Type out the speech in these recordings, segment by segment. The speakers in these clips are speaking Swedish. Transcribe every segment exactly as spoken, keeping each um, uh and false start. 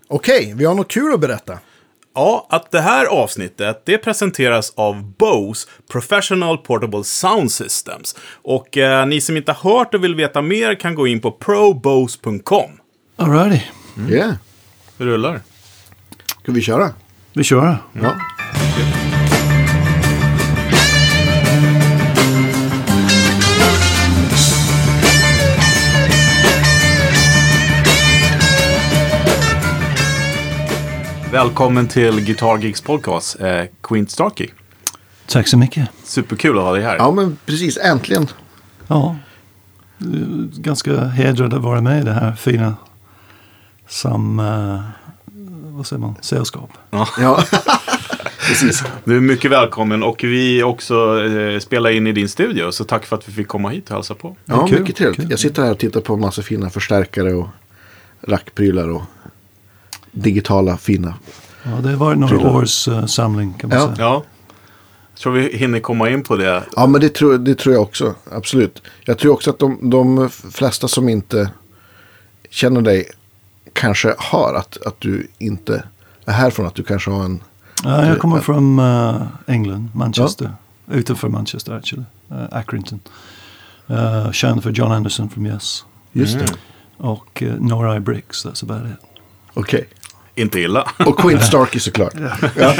Okej, vi har något kul att berätta. Ja, att det här avsnittet, det presenteras av Bose Professional Portable Sound Systems. Och eh, ni som inte har hört och vill veta mer kan gå in på pro bose punkt com. Alrighty. Ja. Mm. Yeah. Det rullar. Ska vi köra? Vi kör. Ja. Okay. Välkommen till Guitar Geeks podcast, eh, Queen Starkey. Tack så mycket. Superkul att ha dig här. Ja, men precis. Äntligen. Ja. Ganska hedrad att vara med i det här fina som, uh, vad säger man, sällskap. Ja, ja. Precis. Du är mycket välkommen och vi också eh, spelar in i din studio. Så tack för att vi fick komma hit och hälsa på. Ja, kul, mycket trevligt. kul. Jag sitter här och tittar på en massa fina förstärkare och rackprylar och digitala fina. Ja, det var några prylar. års uh, samling kan man Ja. säga. Ja, jag tror vi hinner komma in på det. Ja, men det tror, det tror jag också. Absolut. Jag tror också att de, de flesta som inte känner dig kanske har att, att du inte är härifrån. Att du kanske har en... Ja, jag kommer men- från uh, England, Manchester. Utanför Manchester actually. Uh, Accrington. Uh, känd för John Anderson from Yes. Just det. Mm. Och uh, Nora I Bricks, that's about it. Okej. Inte illa. Och Queen Starkey såklart. Ja.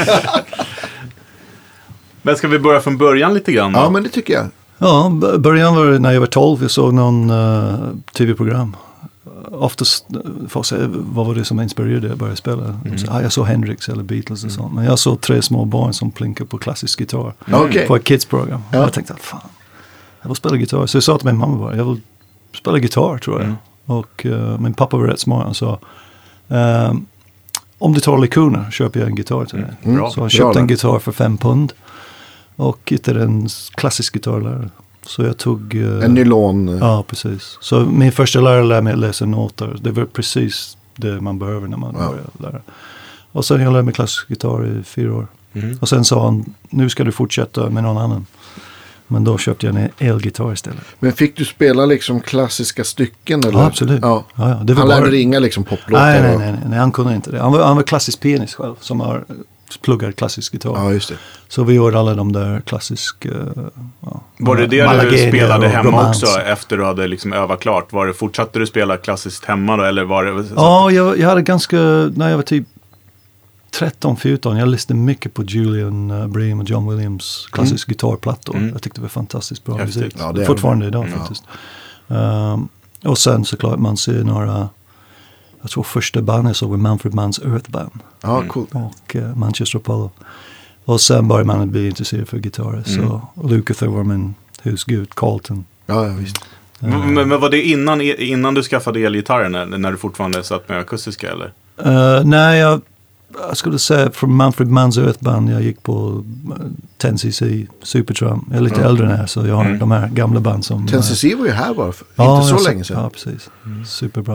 Men ska vi börja från början lite grann då? Ja, men det tycker jag. Ja, b- början var när jag var tolv. Jag såg någon uh, tv-program. Oftast uh, folk säger, vad var det som inspirerade dig att börja spela? Mm. Så, ah, jag såg Hendrix eller Beatles och sånt. Men jag såg tre små barn som plinkade på klassisk gitarr. Mm. Okej. På ett kids-program. Ja. Jag tänkte, fan, jag vill spela gitarr. Så jag sa till min mamma bara, jag vill spela gitarr tror jag. Mm. Och uh, min pappa var rätt smart. Han sa, um, om du tar lektioner köper jag en gitarr till dig. Mm. Bra. Så han Bra köpte en där. gitarr för fem pund. Och hittade en klassisk gitarrlärare. Så jag tog... Uh, En nylon. Ja, precis. Så min första lärare lärde mig att läsa noter. Det var precis det man behöver när man Ja. börjar lära. Och sen jag lärde mig klassisk gitarr i fyra år. Mm. Och sen sa han, nu ska du fortsätta med någon annan. Men då köpte jag en elgitarr istället. Men fick du spela liksom klassiska stycken? Eller? Ja, absolut. Ja. Ja, ja. Det var Han bara... lärde ringa liksom poplåtar. Nej, nej, och- nej, nej, nej, han kunde inte det. Han var, han var klassisk pianist själv som har pluggat klassisk gitarr. Ja, just det. Så vi gjorde alla de där klassiska... Ja, Var det det Malagueña du spelade och hemma romans. också efter du hade liksom övat klart? Var det, fortsatte du spela klassiskt hemma då? Eller var det, Ja, jag, jag hade ganska... När jag var typ tretton fjorton, jag lyssnade mycket på Julian uh, Bream och John Williams klassisk gitarrplattor. Mm. Jag tyckte det var fantastiskt bra Häftigt. musik. Ja, det är Fortfarande det. idag Ja. faktiskt. Um, och sen såklart man ser några... Jag tror första bandet såg var Manfred Manns Earth Band. Ja, coolt. Och uh, Manchester Apollo. Och sen började man bli intresserad för gitarrer. Mm. Så Lukather var min husgud, Carlton. Ja, ja, visst. men, men var det innan, innan du skaffade elgitarren? När, när du fortfarande satt med akustiska eller? Uh, nej, jag, jag skulle säga från Manfred Manns Earth Band. Jag gick på uh, ten C C Supertram. Jag är lite Ja. äldre än här så jag har Mm. de här gamla band som... ten C C var ju här bara för inte så jag länge sa- sedan. Ja, precis. Superbra.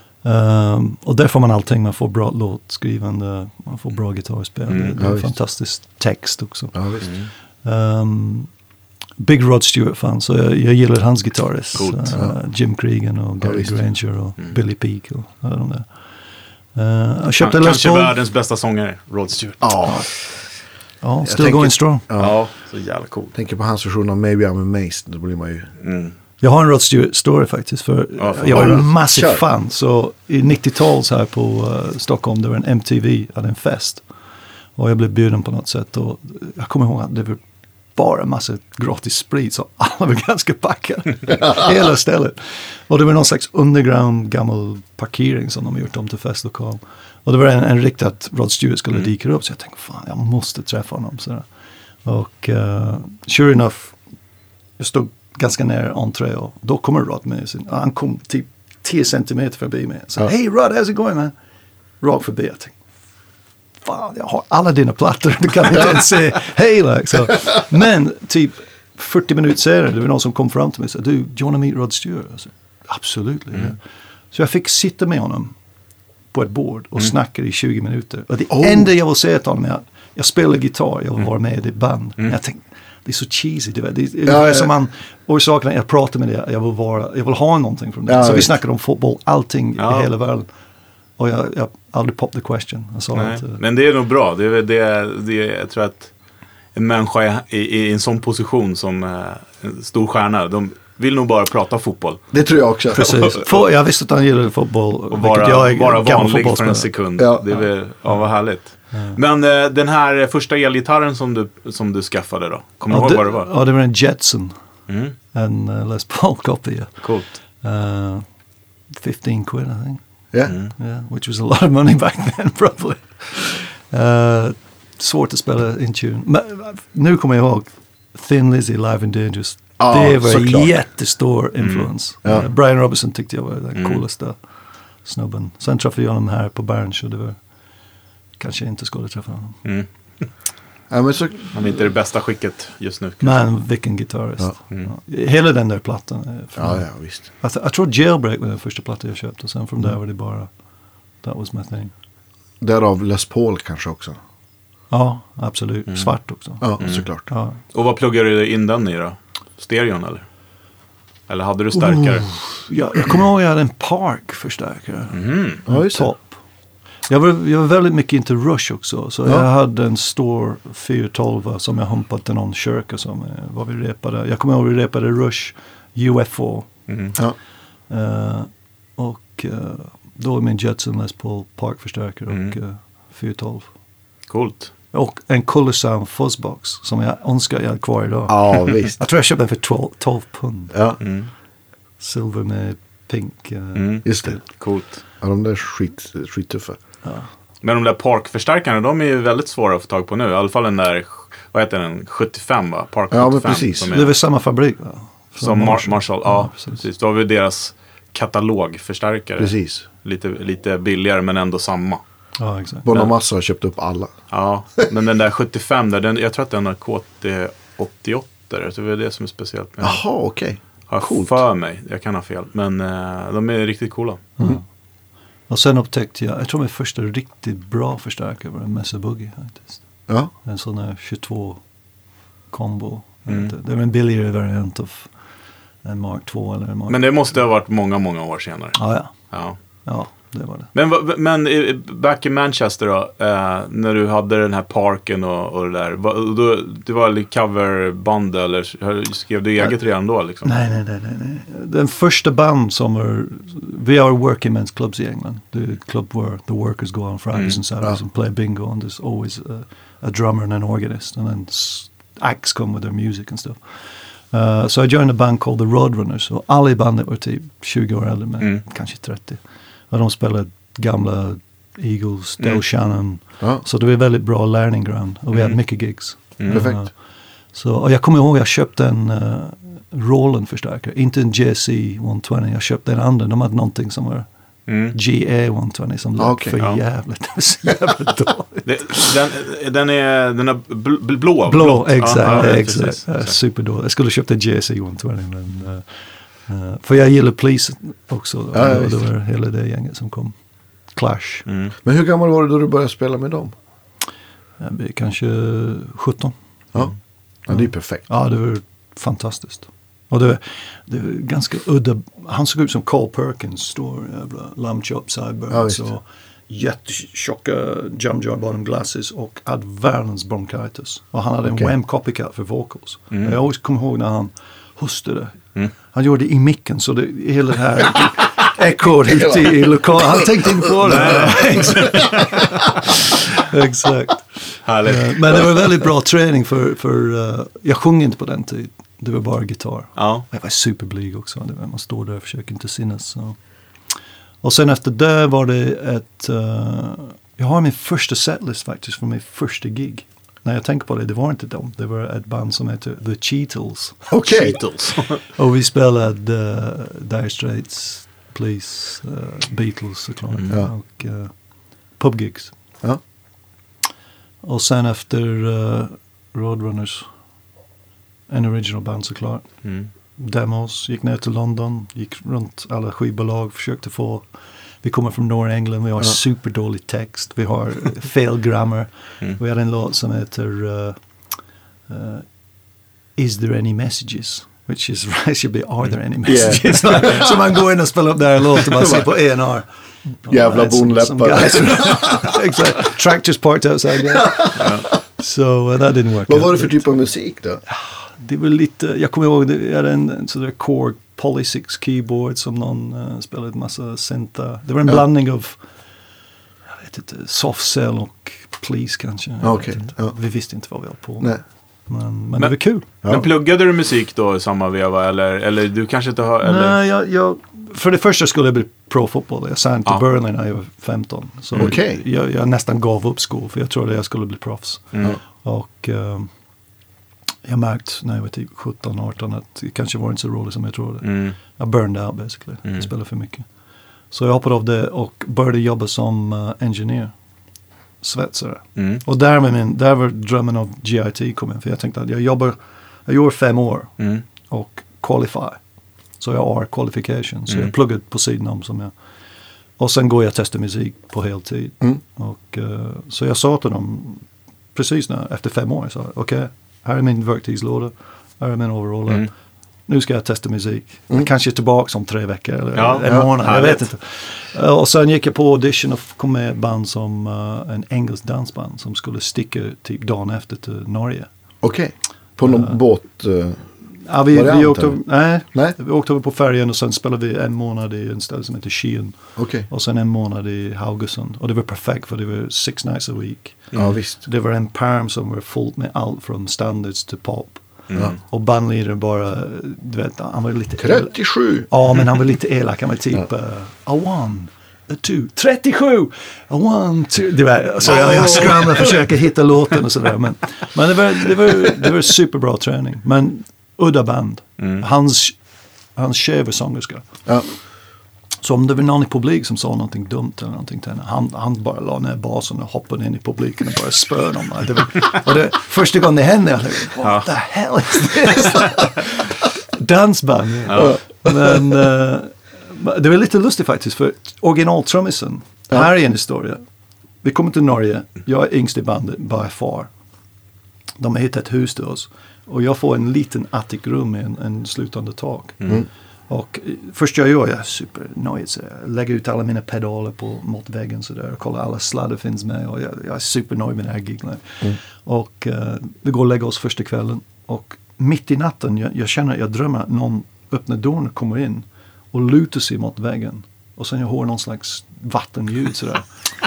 Um, och där får man allting. Man får bra låtskrivande, man får bra gitarrspel. Mm. Det, det Ja, är visst. fantastisk text också. Ja, visst. Um, Big Rod Stewart fan, så jag, jag gillar hans gitarrister. Coolt. Uh, Jim Cregan och Ja, Gary visst. Granger och Mm. Billy Peake och alla de där. Uh, jag köpte Han, Les kanske Paul. världens bästa sångare, Rod Stewart. Ja, Ja, Jag still tänker- going strong. ja. Ja, så jävla cool. Tänker på hans version av Maybe I'm Amazed. Då blir man ju... Mm. Jag har en Rod Stewart story faktiskt. För Ja, för jag var höra. en massiv Kör. fan. Så i nittio-tals här på uh, Stockholm, det var en M T V, hade en fest. Och jag blev bjuden på något sätt. Och jag kommer ihåg att det var bara en massa gratis sprit. Så alla var ganska packade. Hela stället. Och det var någon slags underground gammal parkering som de gjort om till festlokal. Och det var en, en rikt att Rod Stewart skulle Mm. dyka upp. Så jag tänkte, fan jag måste träffa honom. Så och uh, sure enough, jag stod ganska nära entré och då kommer Rod med sin, han kom typ tio centimeter förbi mig. Så, Ja. hey Rod, how's it going man? Rakt förbi, jag tänkte, fan jag har alla dina plattor, du kan inte ens säga hej like. Så, men typ fyrtio minuter senare, det var någon som kom fram till mig och sa, du, do you want to meet Rod Stewart? Jag sa, absolut. Mm. Så jag fick sitta med honom på ett bord och mm. snacka i tjugo minuter. Och det Oh. enda jag vill säga till honom är att jag spelar gitarr, jag vill vara med i det band. Mm. Jag tänkte, det är så cheesy, det är, det är ja, ja. som man, orsaken jag pratar med det, jag vill, vara, jag vill ha någonting från det. Ja, så vi visst. snackade om fotboll, allting Ja. i hela världen. Och jag, jag aldrig pop the question. Jag sa Nej, att, uh, men det är nog bra. Det är, det är, det är, jag tror att en människa i, i, i en sån position som uh, en stor stjärna, de vill nog bara prata fotboll. Det tror jag också. Precis. För, jag visste att han gillade fotboll. Och vara, jag är vara vanlig för en sekund. Ja, det är väl, ja, vad härligt. Ja. Men uh, den här första elgitarren som du, som du skaffade då? Kommer ja, du ihåg det, vad det var? Ja, det var en Jetson. Mm. En uh, Les Paul-kopia. Coolt. Uh, fifteen quid, I think. Yeah. Mm. Yeah, which was a lot of money back then, probably. Uh, svårt att spela in tune. Men nu kommer jag ihåg Thin Lizzy, Live and Dangerous. Ja, det var såklart. en jättestor influens. Mm. Ja. Uh, Brian Robinson tyckte jag var den Mm. coolaste snubben. Sen träffade jag honom här på Berns och det var kanske inte skulle träffa honom. Mm. Ja, men så, Han är inte det bästa skicket just nu. Men vilken gitarrist. Ja. Mm. Ja. Hela den där plattan. är för ja, mig. ja, visst. Jag, th- jag tror Jailbreak var den första plattan jag köpte. Och sen från Mm. där var det bara that was my thing. Därav Les Paul kanske också. Ja, absolut. Mm. Svart också. Ja, Mm. såklart. Ja. Och vad pluggar du in den i då? Stereon eller? Eller hade du starkare? Oh, ja, jag kommer ihåg att jag hade en Park-förstärkare. Mm. Ja, just det. Topp. Jag var, jag var väldigt mycket into Rush också. Så Ja. jag hade en stor fyra tolv som jag humpade till någon kyrka som eh, var vi repade. Jag kommer ihåg att vi repade Rush U F O. Mm. Ja. Uh, och uh, då är min Jetson Les Paul Park-förstärkare Mm. och uh, fyra tolv. Coolt. Och en Color Sound Fuzzbox som jag önskar jag hade kvar idag. Ja, visst. Jag tror jag köpte den för tolv, tolv pund. Ja, Mm. Silver med pink. Uh, Mm. just det. Coolt. Ja, de där är skit, skittuffa. ja. Men de där Park-förstärkarna, de är ju väldigt svåra att få tag på nu. I alla fall den där, vad heter den, sjuttiofem va? Park Ja, men sjuttiofem. precis. Som Det är är, väl samma fabrik va? som Marshall. Marshall. Ja, Ja, precis. precis. Då har vi deras katalogförstärkare. Precis. Lite, lite billigare men ändå samma. Ja, exakt. Bonamassa har köpt upp alla. Ja, men den där sjuttiofem där, den, jag tror att den har K T åttioåtta. Jag tror det är det som är speciellt med den. Jaha, okej. Har jag coolt. för mig, jag kan ha fel. Men eh, de är riktigt coola. Mm. Och sen upptäckte jag, jag tror min första riktigt bra förstärkare var en Mesa Boogie faktiskt. Ja, En sån här tjugotvå kombo. Mm. Det är en billigare variant av en Mark två eller en Mark. Men det måste ha varit många, många år senare. Ja, ja. Ja. Ja, det var det. Men, va- men i- back i Manchester då, eh, när du hade den här parken och, och det där, va, då, det var lite coverband eller skrev du eget redan då liksom? Nej, nej, nej, nej, nej. Den första band som var, vi har working men's clubs i England. The club where the workers go on Fridays Mm. and Saturdays Ja. and play bingo, and there's always a, a drummer and an organist, and then s- acts come with their music and stuff. Uh, so I joined a band called the Roadrunners, och alla i bandet var typ tjugo år äldre, men Mm. kanske trettio. Och de spelade gamla Eagles, Del Mm. Shannon. ja. Så det var väldigt bra learning ground, och vi Mm. hade mycket gigs. Mm. Perfekt. Uh, så, och jag kommer ihåg jag köpte en uh, Roland-förstärkare, inte en J C etthundratjugo, jag köpte en annan, de hade någonting som var Mm. G A etthundratjugo som lät Okej, för ja. jävligt, det var så jävla dåligt. Det, den, den är, den är bl, bl, blå. Blå, blått. exakt, Ja, ja, exakt. precis, Ja, exakt. superdåligt. Jag skulle köpt en J C etthundratjugo, men uh, uh, för jag gillar Police också, då, Ja, ja, och det visst. var hela det gänget som kom. Clash, Mm. Men hur gammal var du då du började spela med dem? jag blir kanske sjutton. Ja, ja det är perfekt. Ja, det var fantastiskt. Och det, det var ganska udda. Han såg ut som Carl Perkins, stor jävla lamb chop Ja, sideburns visst. och jättetjocka jump jar bottom glasses och hade världens bronchitis. Och han hade Okej. en Wham copycat för vocals. Mm. Jag always kommer ihåg när han hostade. Mm. Han gjorde det i micken så det hela det här ekot ute i lokalen. Han tänkte inte på det. Exakt. Exakt. Härligt. Eh, Men det var väldigt bra träning för, för uh, jag sjöng inte på den tiden. Det var bara gitarr. Ja. Jag var superblyg också. Det var, man står där och försöker inte synas. Så. Och sen efter det var det ett... Uh, jag har min första setlist faktiskt från min första gig. När jag tänker på det, det var inte dem. Det var ett band som heter The Cheetles. Okej. Beatles. Och vi spelade uh, Dire Straits, Police, uh, Beatles såklart. Mm. Ja. Och uh, pubgigs. Ja. Och sen efter uh, Roadrunners, en original band såklart. Mm. Demos, gick ner till London, gick runt alla skivbolag, försökte få, vi kommer från norra England, vi har Ja. superdålig text, vi har fel grammar. Mm. Vi hade en låt som heter uh, uh, Is there any messages? Which is right, should be, are there any messages? Yeah. Så man går in och spelar upp där en låt och man ser på en ar. Jävla oh, bonläppar. Exactly. Tractors parked outside. Yeah. yeah. So uh, that didn't work. Vad var det för typ av musik då? Det var lite, jag kommer ihåg, det är en, en sån där Korg Polysix keyboard som någon uh, spelade en massa synta. Det var en ja. blandning av, jag vet inte, Soft Cell och Please kanske. Okay. Ja. Vi visste inte vad vi höll på med. Nej. Men, men, men det var kul. Ja. Men pluggade du musik då i samma veva? Eller, eller du kanske inte har... Eller? Nej, jag, jag, för det första skulle jag bli pro-fotboll. Jag signade till ja. Burnley när jag var femton. Så okay. jag, jag nästan gav upp skol för jag trodde jag skulle bli proffs. Mm. Och um, jag märkt när jag var typ sjutton arton att det kanske var inte så roligt som jag trodde. Mm. Jag burned out basically. Mm. Jag spelade för mycket. Så jag hoppade av det och började jobba som uh, engineer. Svetsare. Mm. Och där var, min, där var drömmen av G I T kom in. För jag tänkte att jag jobbar, jag gjorde fem år mm. och qualify. Så jag har qualification. Så mm. jag pluggade på sidan om som jag. Och sen går jag och testar musik på heltid. Mm. Och, uh, så jag sa till dem precis när, efter fem år. Jag sa, okej, okay, här är min verktygslåda. Här är min overall. Mm. Nu ska jag testa musik. Mm. Kanske tillbaka om tre veckor eller ja, en ja, månad. Jag härligt. vet inte. Uh, och sen gick jag på audition och kom med ett band som uh, en engelsk dansband som skulle sticka typ dagen efter till Norge. Okej. Okay. På någon uh, båt? Uh, ja, vi, vi, åkte, nej, nej. vi åkte över på färgen och sen spelade vi en månad i en ställe som heter Skien. Okay. Och sen en månad i Haugesund. Och det var perfekt för det var six nights a week. Mm. Ja, visst. Det var en perm som var fullt med allt från standards till pop. Mm. Och bandledaren bara, du vet, han var lite... trettiosju! Ja, men han var lite elak. Han var typ, ja. uh, a one, a two, trettiosju! A one, two... Du vet, så jag, jag skramlar och försöker hitta låten och sådär. Men, men det, var, det, var, det var superbra träning. Men udda band. Mm. Hans, hans tjej var sångerska. Ja. Så om det var någon i publik som sa någonting dumt eller någonting till henne, han, han bara la ner basen och hoppade in i publiken och bara spöade dem. Det var, och det, första gången det hände, jag tänkte, what ja. the hell is this? Dansband. Ja. Men uh, det var lite lustigt faktiskt, för originaltrummisen, ja. här är en historia. Vi kommer till Norge, jag är yngst i bandet by far. De har hittat ett hus till oss och jag får en liten attikrum med en, en slutande tak. Mm. Och först jag gör, jag är supernöjd. Så jag lägger ut alla mina pedaler på mot väggen så där och kollar alla sladdar finns med. Och jag, jag är supernöjd med det här giget. Mm. Och uh, vi går och lägger oss första kvällen. Och mitt i natten, jag, jag känner, jag drömmer att någon öppnar dörren och kommer in och lutar sig mot väggen. Och sen jag hör någon slags vattenljud sådär.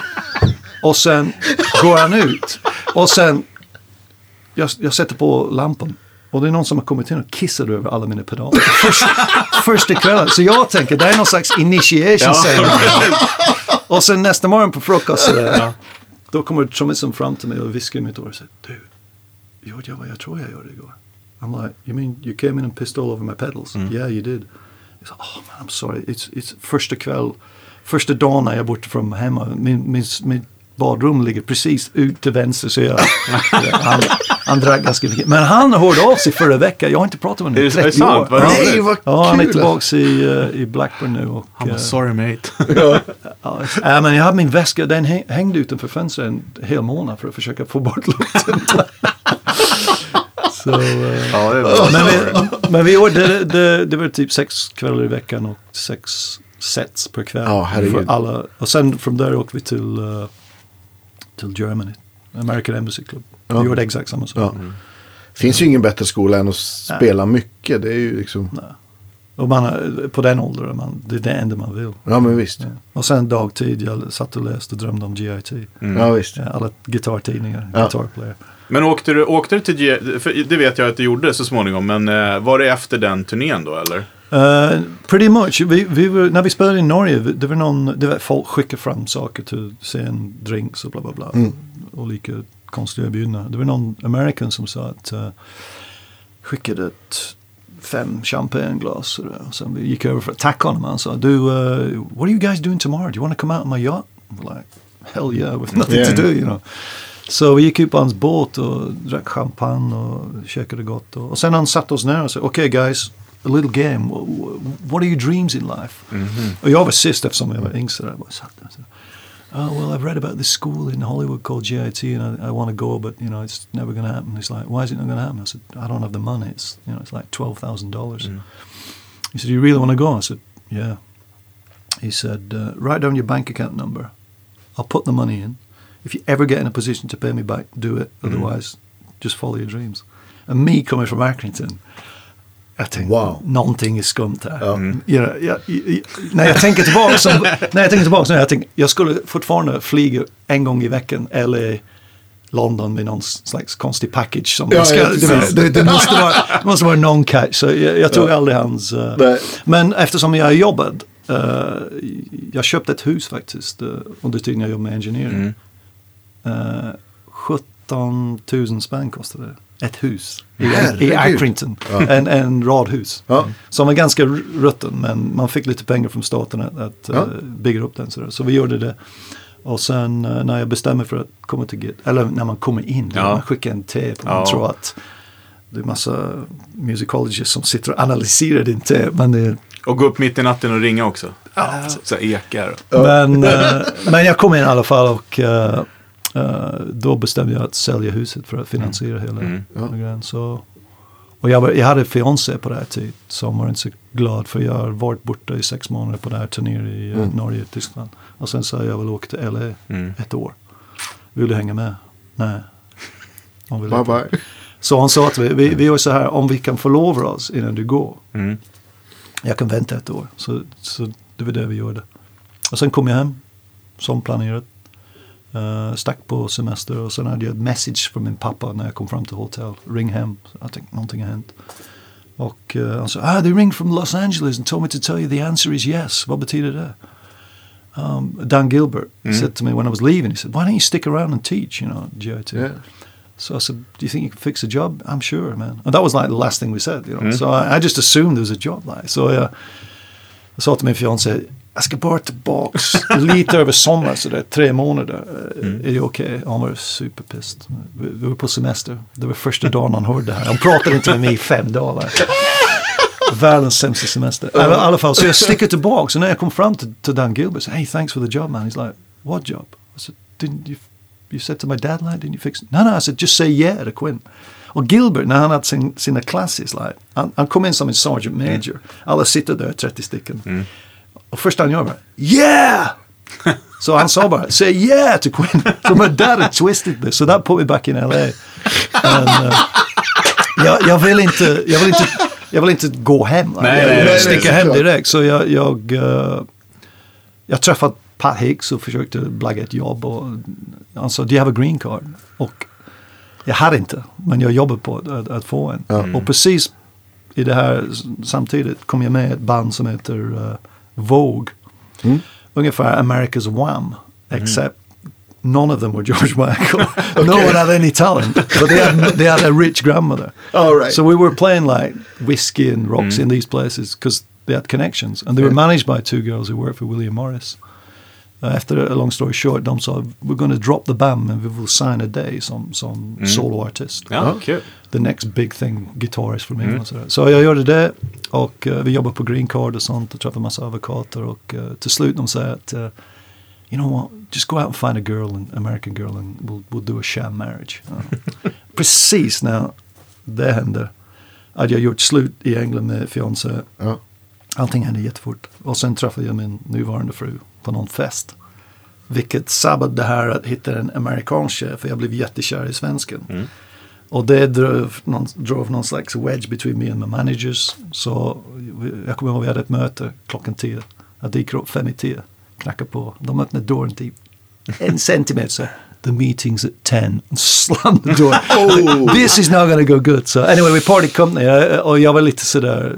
Och sen går han ut. Och sen, jag, jag sätter på lampan. Och det är någon som har kommit in och kissat över alla mina pedaler. Först, första kvällen. Så jag tänker, det är någon slags initiation ceremony. Och sen nästa morgon på frukost så där, ja. Då kommer trummisen fram till mig och viskar i mitt år och säger, du, gjorde jag vad jag tror jag gjorde igår? I'm like, you mean you came in and pissed all over my pedals? Mm. Yeah, you did. He's like, oh man, I'm sorry. It's, it's första kväll, första dagen när jag är borta från hemma. Min, min, min badrum ligger precis ut till vänster så jag, han, han drack ganska mycket. Men han hörde av sig förra veckan. Jag har inte pratat med honom i trettio år. Vad Nej, vad ja, kul. Han är tillbaka i, uh, i Blackburn nu. Och, han var uh, sorry mate. ja. ja, men jag hade min väska, den hängde utanför fönstret en hel månad för att försöka få bort lukten. Så, uh, ja, det var men vi, men vi gjorde, det, det, det var typ sex kvällar i veckan och sex sets per kväll. Ja, herregud. För alla. Och sen från där åkte vi till... Uh, till Germany, American Embassy Club. Ja. Vi gjorde exakt samma sak. Ja. Mm. Finns ju ingen bättre skola än att spela Nej. mycket. Det är ju liksom... Nej. Och man, på den åldern, man, det är det enda man vill. Ja, men visst. Ja. Och sen dagtid, jag satt och läste och drömde om G I T. Mm. Ja, visst. Ja, alla gitarrtidningar, ja. Guitar Player. Men åkte du, åkte du till G I T, för det vet jag att du gjorde så småningom, men uh, var det efter den turnén då, eller? Uh, pretty much. Vi, vi var, när vi spelade i Norge, det var någon, det var folk skickade fram saker till scen, drinks och bla bla bla. Mm. Olika konstiga erbjudanden. Det var någon American som sa att uh, skickade ett fem champagneglas och, och sen vi gick över för att tacka honom. Han sa, du, uh, what are you guys doing tomorrow? Do you want to come out on my yacht? We're like, hell yeah, with nothing yeah. to do, you know. Så vi gick upp på hans båt och drack champagne och käkade gott. Och, och sen han satt oss ner och sa, okej okay, guys, a little game. What are your dreams in life? Mm-hmm. Och jag var sist eftersom jag var yngst. Så jag bara satt där. Så. oh, well, I've read about this school in Hollywood called G I T, and I, I want to go, but, you know, it's never going to happen. He's like, why is it not going to happen? I said, I don't have the money. It's, you know, it's like twelve thousand dollars. Mm. He said, do you really want to go? I said, yeah. He said, uh, write down your bank account number. I'll put the money in. If you ever get in a position to pay me back, do it. Otherwise, mm. just follow your dreams. And me coming from Accrington, jag tänkte, wow. Någonting är skumt här. Mm. You know, jag, jag, när jag tänker tillbaka, så, när jag tänker tillbaka så jag tänker, jag skulle fortfarande flyga en gång i veckan eller London med någon slags konstig package som ja, ska, ja, det, det, det, måste vara, det måste vara någon catch. Så jag, jag tog ja. aldrig hans. Uh, men eftersom jag jobbade, uh, jag köpte ett hus faktiskt uh, under tiden jag jobbade med engineering. Mm. Uh, sjutton tusen spänn kostade det. Ett hus i, i Accrington. Ja. En, en radhus. Ja. Som var ganska rutten, men man fick lite pengar från staten att, att ja. uh, bygga upp den. Så, så vi gjorde det. Och sen uh, när jag bestämmer för att komma till Git, eller när man kommer in, ja. man skickar en tape och man ja. tror att det är massa musicologists som sitter och analyserar din tape. Men det, och gå upp mitt i natten och ringa också. Ja. Så, så ekar. Ja. Men, uh, men jag kom in i alla fall och uh, Uh, då bestämde jag att sälja huset för att finansiera mm. hela mm. grejen. Så, och jag, var, jag hade fiancé på det här tid som var inte så glad för jag har varit borta i sex månader på det här turnéer i mm. uh, Norge och Tyskland. Och sen sa jag, jag vill åka till L A mm. ett år. Vill du hänga med? Nej. Bye bye. Så han sa att vi, vi, vi gör så här, om vi kan förlova oss innan du går. Mm. Jag kan vänta ett år. Så, så det var det vi gjorde. Och sen kom jag hem som planerat. Uh, stack på semester och sen hade jag ett message från min pappa när jag kom fram till hotell. Ring hem. Jag tänkte någonting har hänt. Och uh, han sa, ah, they ring from Los Angeles and told me to tell you the answer is yes. Vad betyder det? Um, Dan Gilbert mm. said to me when I was leaving, he said, why don't you stick around and teach, you know, G I T? Yeah. So I said, do you think you can fix a job? I'm sure, man. And that was like the last thing we said, you know. Mm. So I, I just assumed there was a job. Like. So uh, jag sa till min fiancé, jag ska bara tillbaks lite över sommar, så där tre månader. Mm. Är det okej? Okay? Han var superpissed. Vi var på semester. Det var första dagen han hörde det här. Han pratade inte med mig i fem dagar. Världens sämsta semester. I alla fall, så jag sticker tillbaka. Så när jag kom fram till, till Dan Gilbert, så hey, thanks for the job, man. He's like, what job? I said, didn't you, you said to my dad, like, didn't you fix it? No, no, I said, just say yeah to Quinn. Och Gilbert, när han hade sin, sina classes, like, han, han kom in som en sergeant major. Mm. Alla sitter där, trettio stycken. Mm. Och först han gör bara, yeah! Så han sa bara, say yeah to Quinn. So my dad had twisted this. So that put me back in L A. And, uh, jag, jag, vill inte, jag, vill inte, jag vill inte gå hem. Nej, jag nej, sticka hem direkt. Så jag, jag, uh, jag träffade Pat Hicks och försökte blagga ett jobb. Och han sa, do you have a green card? Och jag hade inte, men jag jobbade på att, att, att få en. Mm. Och precis i det här samtidigt kom jag med ett band som heter uh, Vogue. Mm. Ungefär America's Wham. Except mm. none of them were George Michael. Okay. No one had any talent. But they had, they had a rich grandmother. All right. So we were playing like Whiskey and Rocks mm. in these places because they had connections. And they yeah. were managed by two girls who worked for William Morris. Uh, after a long story short, de sa, we're going to drop the band and we will sign a day som, som mm. solo artist. Ja, kul. The next big thing, guitarist för mig. Mm. Så, så jag gjorde det och uh, vi jobbade på green card och sånt och träffade massa advokater och uh, till slut de sa att uh, you know what, just go out and find a girl, an American girl, and we'll, we'll do a sham marriage. Uh. Precis när det hände hade jag gjort slut i England med fiancé. Ja. Allting hände jättefort. Och sen träffade jag min nuvarande fru på någon fest. Vilket sabbade det här att hitta en amerikansk chef, för jag blev jättekär i svensken. Mm. Och det drog någon, drog någon slags wedge between me and my managers. Så jag kommer ihåg vi hade ett möte klockan tio. Jag dyker upp fem i tio, knackar på. De öppnade dörren typ en centimeter så. The meeting's at ten. Slam the door. Oh. This is not gonna go good. So anyway, we party company. Och jag var lite sådär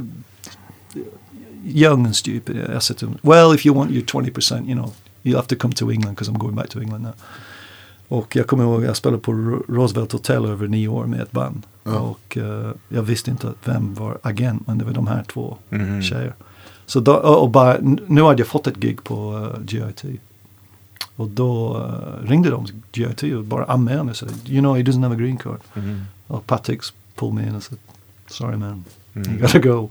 young and stupid. I said to him, well, if you want your twenty percent, you know, you'll have to come to England because I'm going back to England now. Och jag kommer ihåg, jag spelade på Roosevelt Hotel över nio år med ett band. Ja. Och uh, jag visste inte vem var agent, men det var de här två mm. tjejer. Så då, och bara, nu hade jag fått ett gig på uh, G I T. Och då uh, ringde de till G I T och bara anmälde sig. You know, he doesn't have a green card. Mm. Och Patix pulled me in and said, sorry man, mm. you gotta go.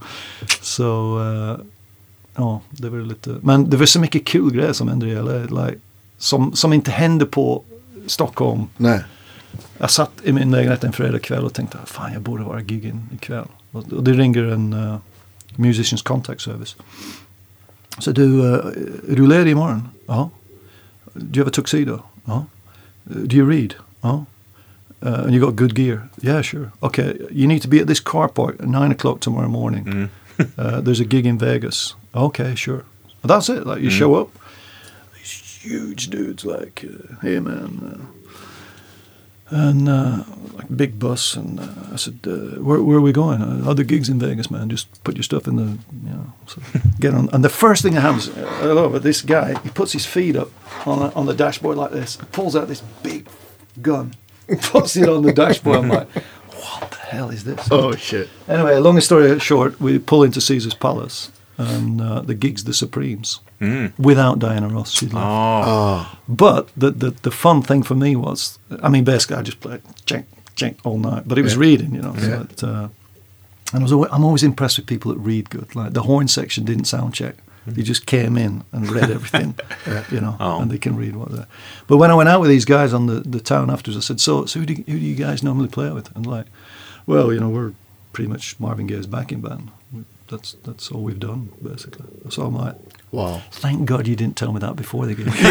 Så, uh, ja, det var lite, men det var så mycket kul grejer som hände i L A. Like, som, som inte hände på Stockholm. Nej. Jag satt i min lägenhet en fredag kväll och tänkte, fan jag borde vara giggen ikväll. Och, och det ringer en uh, Musicians Contact Service. Så du, uh, är du ledig imorgon? Ja. Do you have a tuxedo? Ja. Do you read? Ja. Uh, and you got good gear? Yeah, sure. Okay, you need to be at this car park at nine o'clock tomorrow morning. Mm. uh, there's a gig in Vegas. Okay, sure. And that's it. Like you mm. show up. These huge dudes like, uh, hey man... Uh, And uh, like big bus, and uh, I said, uh, "Where, where are we going? Uh, other gigs in Vegas, man. Just put your stuff in the, you know, so get on." And the first thing that happens, I love it. This guy, he puts his feet up on the, on the dashboard like this, pulls out this big gun, puts it on the dashboard. I'm like, "What the hell is this?" Oh shit! Anyway, long story short, we pull into Caesar's Palace, and uh, the gig's the Supremes. Mm. Without Diana Ross, she'd left. Oh. Oh. But the, the the fun thing for me was, I mean, basically I just played jank, jank all night. But it was yeah. reading, you know. So yeah. it, uh, and I was always, I'm always impressed with people that read good. Like the horn section didn't sound check. Mm. They just came in and read everything, yeah. you know, oh. and they can read what they're... But when I went out with these guys on the, the town afterwards, I said, so, so who, do you, who do you guys normally play with? And like, well, you know, we're pretty much Marvin Gaye's backing band. That's that's all we've done, basically. So I'm like, wow. Thank God you didn't tell me that before the game.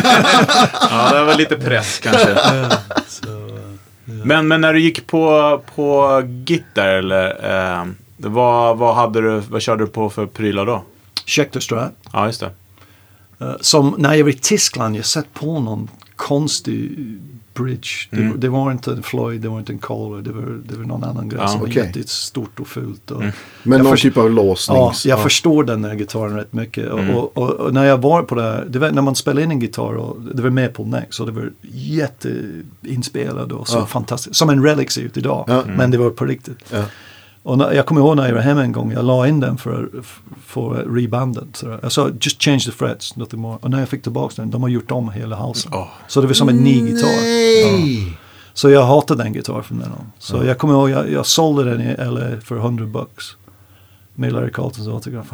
Ja, det var lite press kanske. yeah, so, uh, yeah. Men, men när du gick på, på gitarr, eller eh, vad, vad, hade du, vad körde du på för prylar då? Schecter Strat. Ja, just det. Uh, som när jag var i Tyskland, jag sett på någon konstig bridge. Det, mm. det var inte en Floyd, det var inte en Kohler, det var, det var någon annan grej ja, som okay. var jätte stort och fult. Och mm. Men någon typ av låsning. Ja, jag ja. förstår den här gitarren rätt mycket. Mm. Och, och, och när jag var på det här, det var när man spelade in en gitarr, och det var med på Neck, så det var jätteinspelad och så ja. fantastiskt. Som en Relic ser ut idag, ja. mm. men det var på riktigt. Ja. Och när, jag kommer ihåg när jag var hemma en gång, jag la in den för, för rebandet. Så jag sa, just change the frets, nothing more. Och när jag fick tillbaka den, de har gjort om hela halsen. Oh. Så det var som en ny gitarr. Ja. Så jag hatade den gitarren från den om. Så ja. jag kommer ihåg, jag, jag sålde den i L A för hundra bucks. Med Larry Carltons autograf.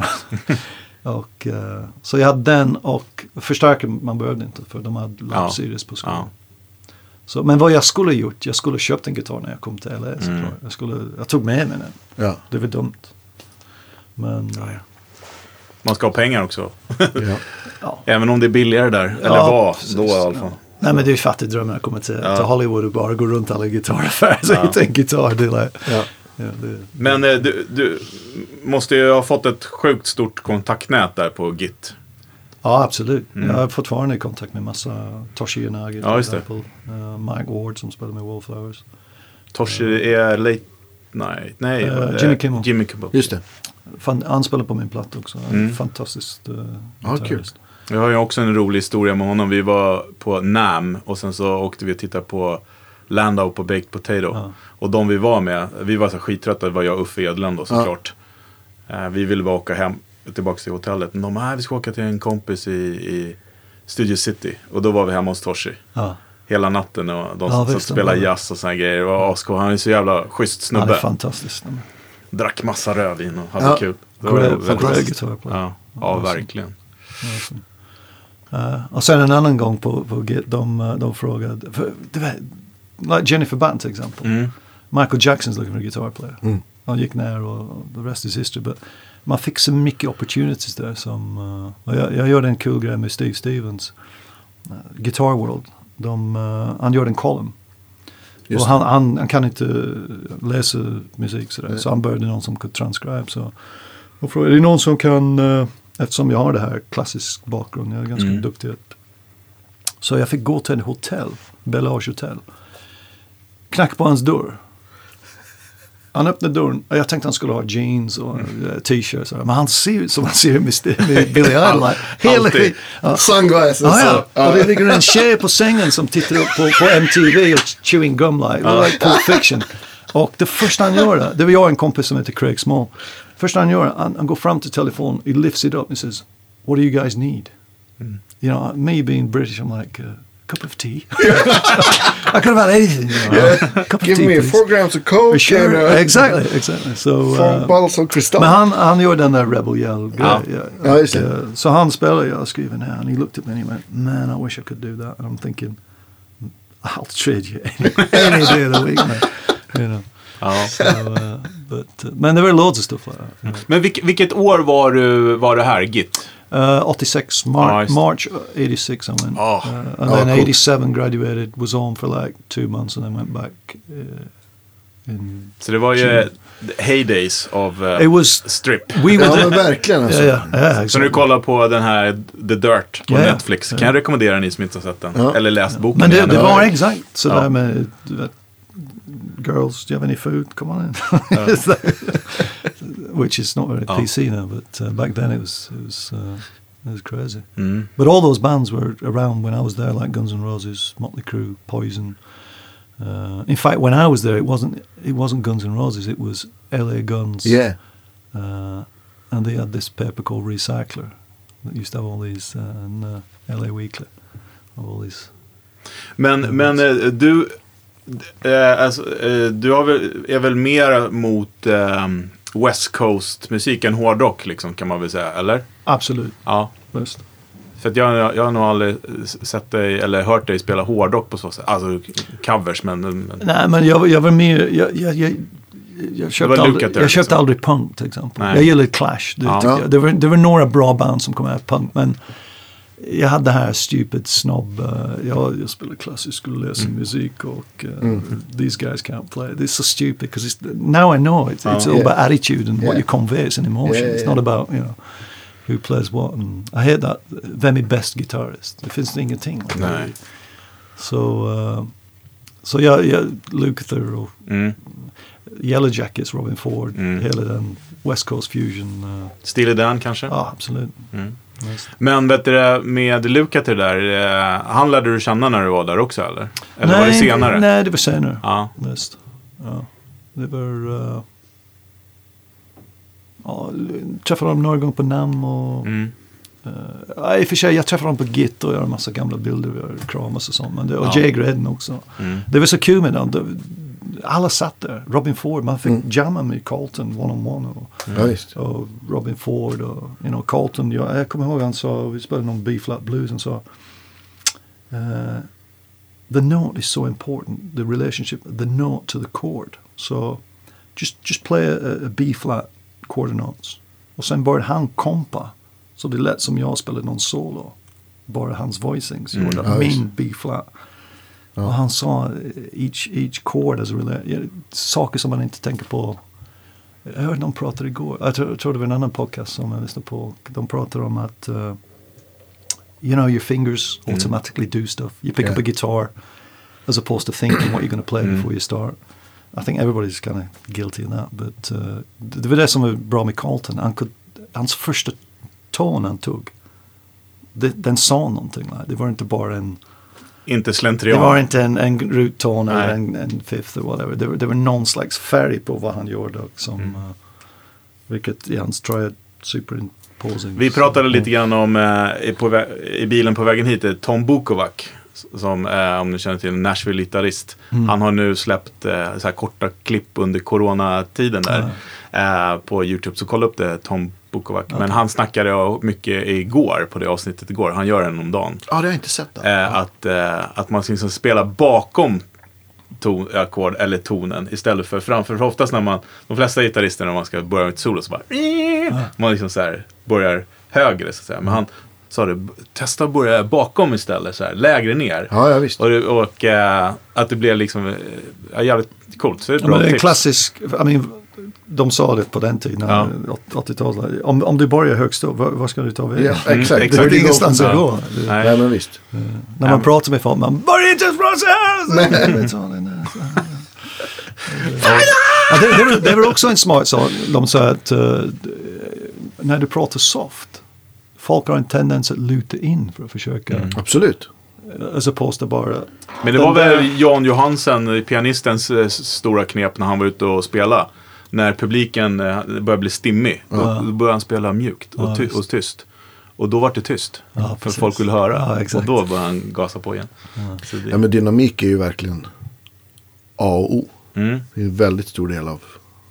och, uh, så jag hade den, och förstärkare man behövde inte, för de hade lap series på skolan. Ja. Så, men vad jag skulle gjort, jag skulle köpt en gitarr när jag kom till L A. Mm. Jag, skulle, jag tog med mig den. Ja. Det var dumt. Men... Ja, ja. Man ska ha pengar också. ja. Ja. Även om det är billigare där. Eller ja, var precis, då i alla fall. Ja. Nej, men det är ju fattigdrömmar att komma till, ja. till Hollywood och bara gå runt alla gitarraffärer. Så ja. inte en gitarr. Det är like, ja. Ja, det, men eh, du, du måste ju ha fått ett sjukt stort kontaktnät där på Git. Ja, absolut. Mm. Jag har fortfarande kontakt med massa Toshi Yanagi, ja, just det. Uh, Mike Ward som spelar med Wallflowers. Toshi uh, är late night. Nej, uh, Jimmy Kimmel. Jimmy Kimmel. Just det. Fan, han spelar på min platta också. Mm. Fantastiskt uh, ja, kul. Jag har ju också en rolig historia med honom. Vi var på N A M och sen så åkte vi och tittade på Landau på Baked Potato. Ja. Och de vi var med, vi var så skittrötta, det var jag och Uffe Edlund då, såklart. Ja. Uh, vi ville bara åka hem, tillbaka till hotellet. Men de här, vi ska åka till en kompis i, i Studio City. Och då var vi hemma hos Toshi. Ja. Hela natten, och de ja, som spelade jazz och såna grejer. Det var asko. Han är så jävla schysst snubbe. Han är fantastisk. Drack massa rödvin och hade ja. kul. Det var väldigt... Ja, ja, verkligen. Uh, och sen en annan gång på, på Git, de, de frågade, för, det var, like Jennifer Batten till exempel. Mm. Michael Jackson's looking for a guitar player. Mm. Han gick ner och the rest is history. But man fick så mycket opportunities där som, uh, jag, jag gjorde en kul grej med Steve Stevens. Uh, Guitar World. De, uh, han gjorde en column. Just och han, han, han kan inte läsa musik sådär. Mm. Så han började någon som kunde transcribe. Så, och frågade, är det någon som kan... Uh, eftersom jag har det här klassisk bakgrund, jag är ganska mm. duktig. Så jag fick gå till ett hotell, Bellage Hotel. Knack på hans dörr. Han öppnade dörren, och jag tänkte han skulle ha jeans och mm. t-shirts. Men han ser ut som han ser med, med Billy Idol. Hela skit. Ja. Sunglasses. Ja, ja. Och det ligger en tjej på sängen som tittar upp på, på M T V och chewing gum like. Ja. Like Pulp Fiction. Och det första han gör, det var jag och en kompis som heter Craig Small. Första han gör, han, han går fram till telefon, he lifts it up and says, what do you guys need? Mm. You know, me being British, I'm like, uh, cup of tea. I could have had anything. You know. Yeah. Cup of Give tea, me please. four grams of coke. Sure. And, uh, Exactly, exactly. So, four uh, bottles of Cristal. men han, han gjorde den där Rebel Yell. Ja. Ja. Ja, just det. Uh, så han spelade, jag skrev ner, and he looked at me and he went, man, I wish I could do that. And I'm thinking, I'll trade you any, any day of the week, man. You know. Ja. So, uh, but, uh, men there were loads of stuff like that. You know. Men vilk, vilket år var du var det här, Git? Uh, eighty-six, Mar- Nice. March eighty-six I went. Oh. Uh, and Oh, then cool. eighty-seven graduated, was on for like two months and then went back uh, in... Så det var ju the heydays of uh, It was... strip. We Ja, were men verkligen alltså. yeah, yeah, yeah, Så exactly. när du kollar på den här The Dirt på Ja, ja. Netflix kan Ja. jag rekommendera ni som inte har sett den. Ja. Eller läst boken. Men det, igen. det Ja. var exakt sådär Ja. med, du vet, girls, do you have any food? Come on in. Which is not very Ja. P C now, but uh, back then it was, it was, uh, it was crazy. Mm. But all those bands were around when I was there, like Guns N' Roses, Motley Crue, Poison. Uh, in fact, when I was there, it wasn't it wasn't Guns N' Roses, it was L A Guns. Yeah. Uh, and they had this paper called Recycler that used to have all these, uh, and uh, L A Weekly, all these. Men, men eh, du, eh, alltså, eh, du har väl, är väl mer mot eh, West Coast musik än hårdrock liksom, kan man väl säga, eller? Absolut, Ja. just. För att jag, jag har nog aldrig sett dig eller hört dig spela hårdrock på så sätt. Alltså covers, men... men Nej, men jag, jag var mer, jag, jag, jag, jag köpte, var aldrig, Lukather, jag köpte liksom. aldrig punk till exempel. Nej. Jag gillade Clash, det, Ja. tycker jag. Det, var, det var några bra band som kom med punk, men jag hade det här stupid snobb, uh, jag, jag spelar klassisk, skulle läsa Mm. musik och uh, Mm. these guys can't play. It's so stupid because it's, now I know it's, it's Ja. all Yeah. about attitude and Yeah. what you convey as an emotion. Yeah, yeah, It's yeah. not about, you know, who plays what. And I hate that. Vem är bäst gitarrist? Det finns ingenting. nej. Så uh, så jag, jag Lukather och Mm. Yellow Jackets, Robin Ford, Mm. hela den West Coast Fusion. Uh, Steely Dan kanske? ja, absolut. Mm. Just. Men vet du, med Lukather där, eh, han lärde du känna när du var där också, eller? Eller var det senare? Nej, det var senare. Ja. Just. Ja. Det var... Uh, ja, träffade dem några gånger på Nam och... Mm. Uh, I och för sig, jag träffade dem på Git och jag har en massa gamla bilder, vi har kramas och sånt. Men det, och Ja. Jay Graydon också. Mm. Det var så kul med dem. Det, alla satt där. Robin Ford, man fick Mm. jamma med Carlton one-on-one. Och, Ja, visst. och Robin Ford och you know, Carlton. Jag, jag kommer ihåg han sa, vi spelade någon B-flat blues, han sa uh, the note is so important, the relationship, the note to the chord. So just, just play a, a B-flat quarter notes. Och sen började han kompa. Så det lät som jag spelade någon solo. Bara hans voicings Mm. gjorde Ja, visst. min B-flat. Ja. Och han sa each, each chord as a rela- ja, saker som man inte tänker på. Jag hörde någon prata igår. Jag tror, jag tror det var en annan podcast som jag lyssnade på. De pratade om att uh, you know, your fingers Mm. automatically do stuff. You pick Yeah. up a guitar as opposed to thinking what you're going to play Mm. before you start. I think everybody's kind of guilty of that. But uh, det var det som var bra med Carlton. Han kunde, hans första ton han tog, det, den sa någonting. Like. Det var inte bara en... Inte Det slentrian. var inte en, en rutton eller Nej. en, en fifth eller whatever. Det var, det var någon slags färg på vad han gjorde. Och som, Mm. uh, vilket i hans triad superimposing. Vi pratade lite grann om eh, i, på vä- i bilen på vägen hit, eh, Tom Bukovac, som eh, om ni känner till, en Nashville-gitarrist. Mm. Han har nu släppt eh, så här korta klipp under coronatiden där eh, på YouTube, så kolla upp det, Tom Bukovac. Men han snackade mycket igår, på det avsnittet igår, han gör en om dagen. Ja, det har jag inte sett. Det. Eh, att, eh, att man ska liksom spela bakom ton, ackord eller tonen istället för framför. För oftast när man, de flesta gitarrister när man ska börja med ett solo så bara man liksom så här börjar högre så att säga. Men han sa det, testa att börja bakom istället så här, lägre ner. Ja, ja, visst. Och, det- och eh, att det blir liksom eh, ja, jävligt coolt. Så det är ett Ja, bra men det är en tips. klassisk, I mean, de sa det på den tiden, Ja. åttiotalet. Om, om du börjar högst upp, vad, vad ska du ta vägen? Ja, Mm, exakt. exakt. Det är ingenstans Ja. att gå. Det, Nej. Nej, men visst. när man pratar med folk, man börjar inte från så här! Nej. Ja, det, det, är, väl- det är väl också en smart sak. De säger att uh, när du pratar soft, folk har en tendens att luta in för att försöka, Mm. Absolut. as opposed to bara... Men det den var där- väl Jan Johansen, pianistens eh, stora knep när han var ute och spela. När publiken eh, började bli stimmig, då, Ja. då började han spela mjukt och, Ja, ty- visst. och tyst. Och då var det tyst. Ja, för precis. folk ville höra. Ja, exakt. Och då började han gasa på igen. Ja. Så det, Ja, men dynamik är ju verkligen A och O. mm. Det är en väldigt stor del av,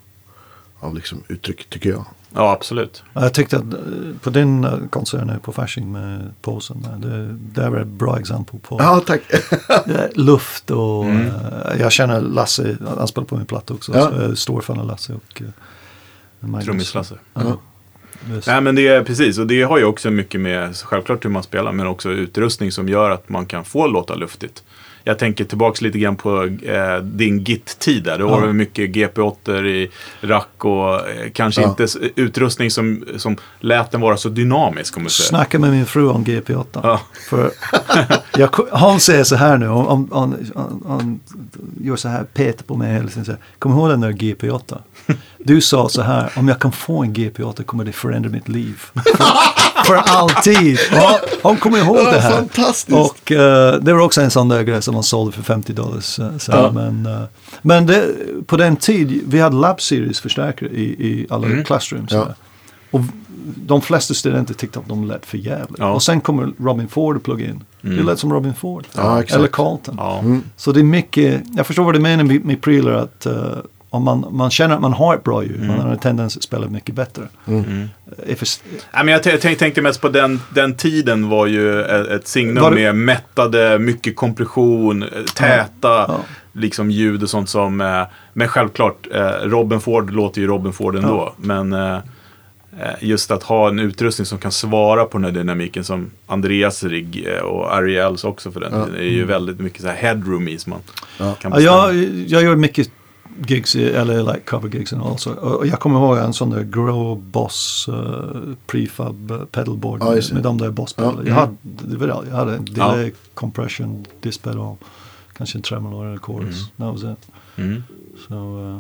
av liksom uttryck, tycker jag. Ja, absolut. Ja, jag tyckte att eh, på din uh, konsert nu på Fasching med påsen, där, det, det är ett bra exempel på Ja, tack. det, luft och Mm. eh, jag känner Lasse, han spelar på min platta också, Ja. så jag är stor fan av Lasse och uh, Magnus. Trummislasse. Ja. Visst. Nej, men det är precis. Och det har ju också mycket med självklart hur man spelar, men också utrustning som gör att man kan få låta luftigt. Jag tänker tillbaks lite grann på eh, din Git-tid där. Då var Ja. det mycket G P åtta i rack och eh, kanske Ja. inte s- utrustning som, som lät den vara så dynamisk, om man säger. Snacka med min fru om G P åtta. Ja. För jag, han säger så här nu, om, om, om, om, om gör så här, petar på mig hela tiden. Så här, kom ihåg den där G P åtta. Du sa så här, om jag kan få en G P åtta kommer det förändra mitt liv. För, för alltid. Ja, han kommer ihåg Ja, det här. fantastiskt. Och uh, det var också en sån där grej som man sålde för femtio dollars. Uh, så, Ja. Men, uh, men det, på den tid, vi hade Lab Series förstärkare i, i alla Mm. classrooms. Ja. så och de flesta studenter tyckte att de lät för jävligt. Ja. Och sen kommer Robin Ford och plugga in. Mm. Det lät som Robin Ford. Ja, exakt. Eller Carlton. Ja. Mm. Så det är mycket, jag förstår vad du menar med, med prylar, att uh, om man, man känner att man har ett bra ljud, Mm. man har en tendens att spela mycket bättre. Mm. If it's, Nej, men jag t- tänk, tänkte mest på den, den tiden var ju ett, ett signum Var det- med mättade, mycket kompression, eh, täta Ja. liksom ljud och sånt som, eh, men självklart, eh, Robin Ford låter ju Robin Ford ändå, Ja. men eh, eh, just att ha en utrustning som kan svara på den här dynamiken som Andreas rigg eh, och Ariels också för den Ja. tiden, är ju väldigt mycket så här headroom i som man Ja. kan ja, bestämma. jag, jag gör mycket gigs i L A, like cover gigs and also. Och jag kommer ihåg en sån där Grow Boss uh, prefab uh, pedalboard Ja, just det. med, med de där bosspedaler. Ja. Jag, hade, det var det. Jag hade en delay, Ja. compression, diskpedal, kanske en tremolo eller en chorus. That was it. Mm. Så, uh,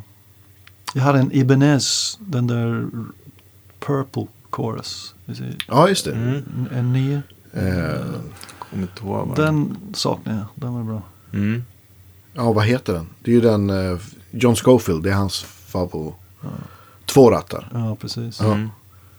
jag hade en Ibanez, den där Purple chorus. Is it- Ja, just det. Mm. En, en nio. Eh, Kommer inte ihåg vad den... Den saknar jag, den var bra. Mm. ja, vad heter den? Det är ju den, eh, John Scofield, det är hans favorit. Två rattar. Ja, precis. Ja. Mm.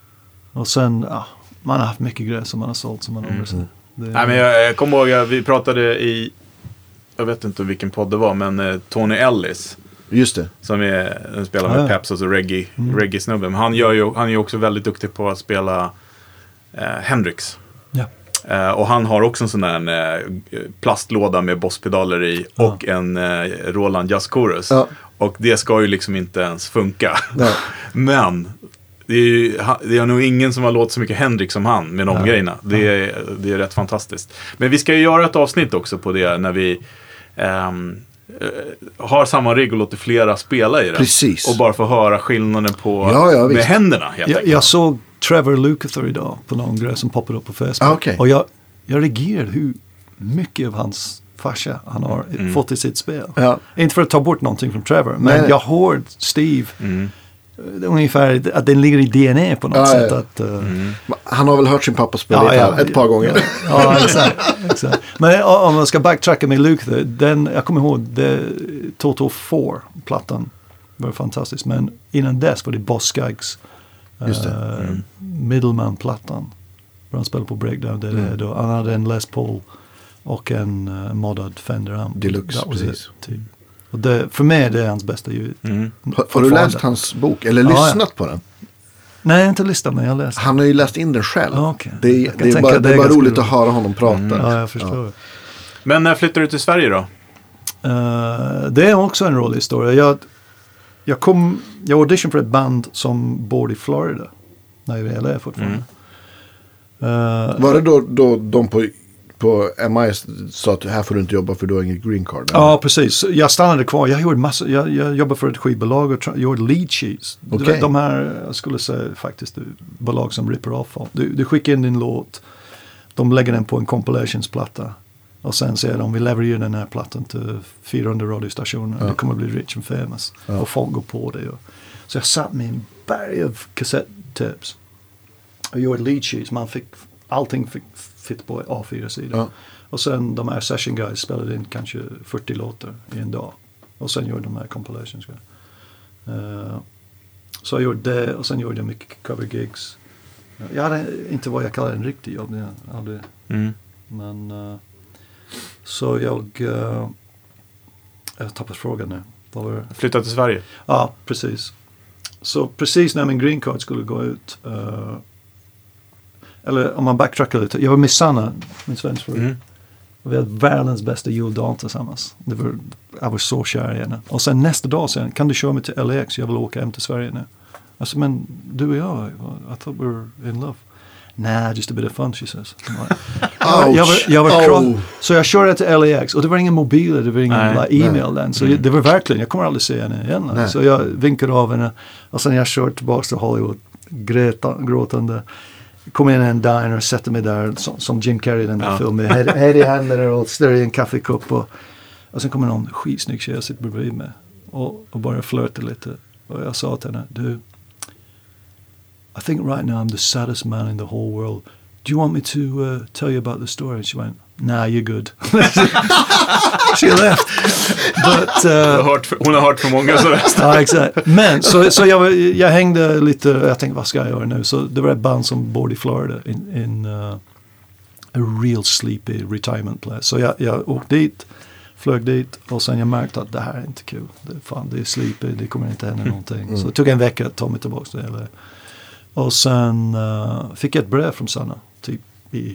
Och sen, ja, man har haft mycket grejer som man har sålt som man ångrar sig. Det- Nej, men jag, jag kommer ihåg att vi pratade i, jag vet inte vilken podd det var, men eh, Tony Ellis Just det. som är, han spelar med Ja, ja. Peps, alltså reggae, Mm. reggae-snubben. Men Han, gör ju, han är ju också väldigt duktig på att spela eh, Hendrix. Ja. Eh, och han har också en sån där eh, plastlåda med bosspedaler i Ja. och en eh, Roland Jazz Chorus. Ja. Och det ska ju liksom inte ens funka. Nej. Men det är, ju, ha- det är nog ingen som har låtit så mycket Hendrix som han med de Ja. grejerna. Det är, det är rätt fantastiskt. Men vi ska ju göra ett avsnitt också på det när vi ehm, eh, har samma rigg och låter flera spela i den. Precis. Och bara få höra skillnaden på Ja, ja, med visst. händerna helt Jag, enkelt. jag såg Trevor Lukather idag på någon grej som poppade upp på Facebook. Ah, okej. Och jag, jag reagerade hur mycket av hans farsa han har Mm. fått i sitt spel. Ja. Inte för att ta bort någonting från Trevor, men Nej, nej. jag hörde Steve, Mm. det är ungefär att den ligger i D N A på något Ja, sätt. ja. Att, uh, Mm. Han har väl hört sin pappa spela Ja, gitarr ja, ett par gånger. Ja, exakt, exakt. Men ja, om man ska backtracka med Lukather, den, jag kommer ihåg, det, Toto four-plattan var fantastisk. Men innan dess var det Boss Skaggs Just det. eh, Mm. Middleman-plattan. Där han spelade på Breakdown. Det Mm. är då, han hade en Les Paul och en uh, moddad Fender amp. Deluxe, That was precis. it, typ. Och det, för mig är det hans bästa ljud. Mm. Har, har du Fortfarande. läst hans bok? Eller Ja, ja. lyssnat på den? Nej, jag har inte listat men jag har läst. Han har ju läst in den själv. Ja, okej. Det, är- Jag kan det är tänka bara, att det det är är bara ganska roligt att roligt. höra honom prata. Mm. Ja, jag förstår. Men när flyttar du till Sverige då? Eh, det är också en rolig historia. Jag, jag, kom, jag auditionade för ett band som bor i Florida. När jag var i L A fortfarande. Eh, Var det då, då de på, på M I sa att här får du inte jobba för du har inget green card? Ja, precis. Jag stannade kvar. Jag gjorde massa, jag, jag jobbade för ett skivbolag och tra- gjorde lead sheets. Du Okej. vet, de här, jag skulle säga faktiskt, bolag som ripper off. Du, du skickar in din låt. De lägger den på en compilationsplatta. Och sen säger de, vi levererar den här plattan till fyrahundra radiostationer. Ja. Det kommer bli rich and famous. Ja. Och folk går på det. Och, så jag satt med en berg av kassetttips. Och gjorde lead sheets. Man fick, allting fick fit på A fyra sidor. Ja. Och sen de här session guys spelade in kanske fyrtio låtar i en dag. Och sen gjorde de här compilations. Uh, så jag gjorde det och sen gjorde jag mycket cover gigs. Jag hade inte vad jag kallar en riktig jobb. Jag hade, Mm. men uh, så jag uh, jag tappade frågan nu. Vad var det? Flyttat till Sverige. Ja, precis. Så precis när min green card skulle gå ut, uh, eller om man backtrackar lite, jag var med Sanna, min svensk fru. Mm. Och vi hade världens bästa juldag tillsammans. Det var, jag var så kär i henne. Och sen nästa dag sen, kan du köra mig till L A X? Jag vill åka hem till Sverige nu. Alltså, men du och jag, I thought we were in love. Nah, just a bit of fun, she says. jag, jag var, jag var oh. Så jag körde till L A X och det var ingen mobiler, det var ingen nej, like, e-mail nej. Den. Så mm. det var verkligen, jag kommer aldrig se henne igen. Nej. Så jag vinkade av henne och sen jag körde tillbaka till Hollywood, gräta, gråtande. Kom in i en diner och sätter mig där som, som Jim Carrey i den där ja. filmen. Head i händerna och ställer i en kaffekopp. Och, och sen kommer någon skitsnygg tjej och sitter bredvid mig. Och, och bara flörtar lite. Och jag sa till henne, du, I think right now I'm the saddest man in the whole world. Do you want me to uh, tell you about the story? And she went, nah, you're good. She left. But, uh, hon, har hört för, hon har hört för många så rest. Ja, exakt. Men så, så jag, jag hängde lite, jag tänkte, vad ska jag göra nu? Så det var ett band som bodde i Florida in, in uh, a real sleepy retirement place. Så jag, jag åkte dit, flög dit och sen jag märkte att det här är inte kul. Det, fan, det är sleepy, det kommer inte hända någonting. Mm. Så det tog en vecka att ta mig tillbaka till det. Och sen uh, fick jag ett brev från Sanna, typ i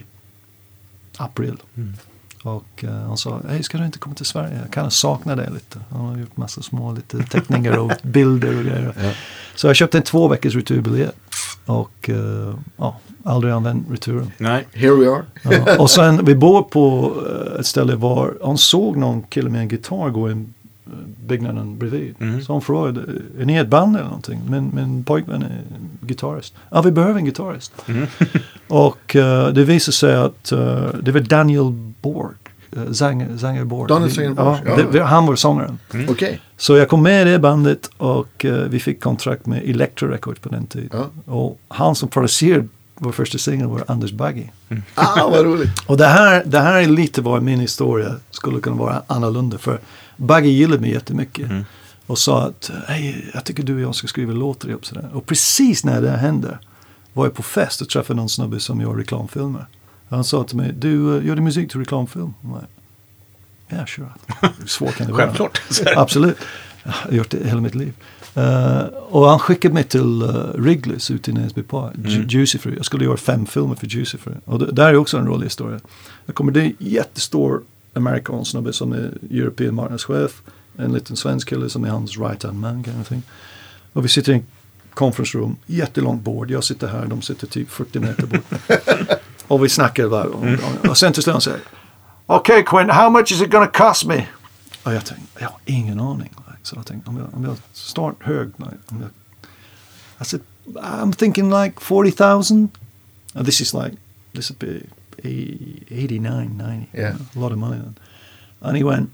april. Mm. Och uh, han sa, hej, ska du inte komma till Sverige? Jag kan sakna dig lite. Han har gjort massa små lite teckningar och bilder och grejer. Ja. Så jag köpte en två veckors returbiljett. Och uh, ja, aldrig använt returen. Nej, here we are. Ja, och sen, vi bor på uh, ett ställe var han såg någon kille med en gitarr gå in byggnaden bredvid. Mm. Så han frågade, är ni ett band eller någonting? Men min pojkvän är gitarrist. Ja, vi behöver en gitarrist. Mm. Och uh, det visade sig att uh, det var Daniel Borg. Uh, Zanger, Zanger Borg. Daniel Zanger Borg. Ja, det, han var sångaren. Mm. Okay. Så jag kom med i det bandet och uh, vi fick kontrakt med Elektra Records på den tiden. Ja. Och han som producerade vår första singel var Anders Baggy. Mm. Ah, vad roligt. Och det här, det här är lite vad min historia skulle kunna vara annorlunda. För Baggy gillade mig jättemycket. Mm. Och sa att, hej, jag tycker du och jag ska skriva låtar ihop sådär. Och precis när det hände var jag på fest och träffade någon snubbe som gör reklamfilmer. Han sa till mig, du uh, gör du musik till reklamfilm? Ja, yeah, sure. Svårt kan det vara. Självklart. Absolut. Jag har gjort det hela mitt liv. Uh, och han skickade mig till uh, Wrigley's ute i Näsby Park. Mm. Juicy Fruit. Jag skulle göra fem filmer för Juicy Fruit. Och det, där är också en rolig historia. Jag kommer till en jättestor amerikan snubbe som är European marknadschef. En liten svensk kille som är hans right hand man kind of thing. Och vi sitter i en conference room. Jättelångt bord. Jag sitter här. De sitter typ fyrtio meter bort. Och vi snackar där. Och, mm. och, och sen till slut säger okej, okay, Quinn, how much is it gonna cost me? Och jag tänkte, jag har ingen aning. Så jag tänkte, om jag, om jag start hög. Om jag, I said, I'm thinking like forty thousand. And this is like, this would be eighty-nine, ninety. Yeah. A lot of money then. And he went,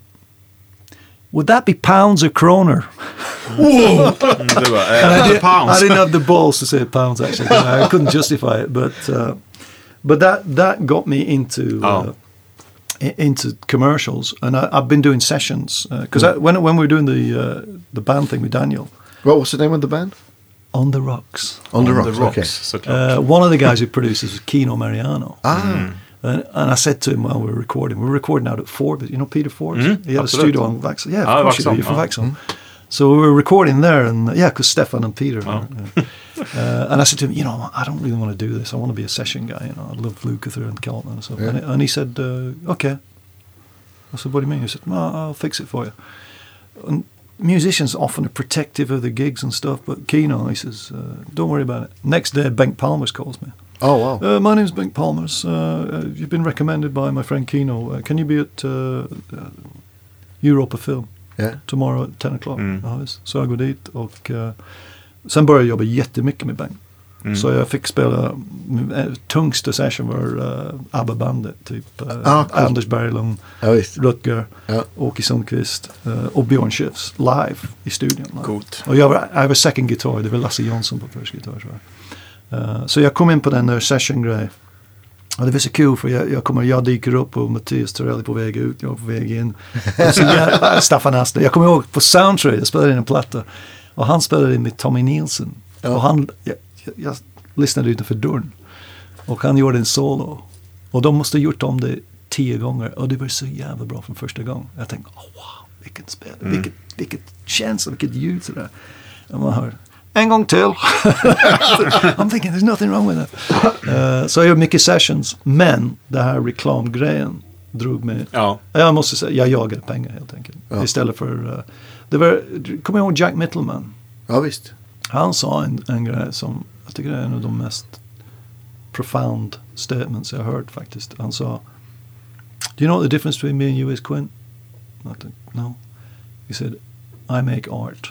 would that be pounds or kroner? Whoa! Det var, uh, I, did, pounds. I didn't have the balls to say pounds actually. I couldn't justify it. But uh, but that, that got me into... Uh, oh. into commercials, and I, I've been doing sessions because uh, mm. when when we were doing the uh, the band thing with Daniel. What was the name of the band? On the Rocks. On the On Rocks. The Rocks. Okay. Uh, one of the guys who produces was Kino Mariano. Ah. Mm. And, and I said to him while we were recording, we were recording out at Forbes. You know Peter Forbes? Mm, he had absolutely. a studio on Vaxholm. Yeah, of ah, course you do. You're from Vaxholm. Mm. So we were recording there, and yeah, because Stefan and Peter. Oh. Were, uh, and I said to him, you know, I don't really want to do this. I want to be a session guy. You know, I love Lukather and Keltman and stuff. Yeah. And, and he said, uh, okay. I said, what do you mean? He said, well, I'll fix it for you. And musicians often are protective of the gigs and stuff, but Keno, he says, uh, don't worry about it. Next day, Bengt Palmers calls me. Oh, wow. Uh, my name's Bengt Palmers. Uh, you've been recommended by my friend Keno. Uh, can you be at uh, uh, Europa Film yeah. tomorrow at ten o'clock? Mm. Ja, så jag går dit och uh, sen började jag jobba jättemycket med Bengt. Mm. Så jag fick spela äh, tungsta session var uh, ABBA-bandet typ uh, ah, cool. Anders Berglund, ja, Rutger, ja. Åke Sundqvist uh, och Björn Skifs live i studion. Coolt. Och jag var, jag var second guitar, det var Lasse Jonsson på första gitarr. Så, uh, så jag kom in på den där session-grej. Och det var så kul för jag, jag, kommer, jag dyker upp och Mattias Torell är på väg ut, jag är på väg in. Och så jag, Staffan Astor, jag kommer ihåg på Soundtrade, jag spelade in en platta och han spelade in med Tommy Nielsen. Ja. Och han... Jag, Jag, lyssnade utanför dörren. Och han gjorde en solo. Och de måste ha gjort om det tio gånger. Och det var så jävla bra från första gången. Jag tänkte, oh, wow, vilket spel. Mm. Vilket, vilket känsla, vilket ljud sådär. Och man hör, en gång till. I'm thinking, there's nothing wrong with that. Uh, så jag gör mycket sessions. Men det här reklamgrejen drog mig. Ja. Jag måste säga, jag jagade pengar helt enkelt. Ja. Istället för, uh, det var, kommer jag ihåg Jack Mittelman? Ja, visst. Han sa en, en grej som, jag tycker det är en av de mest profound statements jag har hört faktiskt. Han sa, do you know what the difference between me and you is, Quinn? Nothing. No. He said, I make art.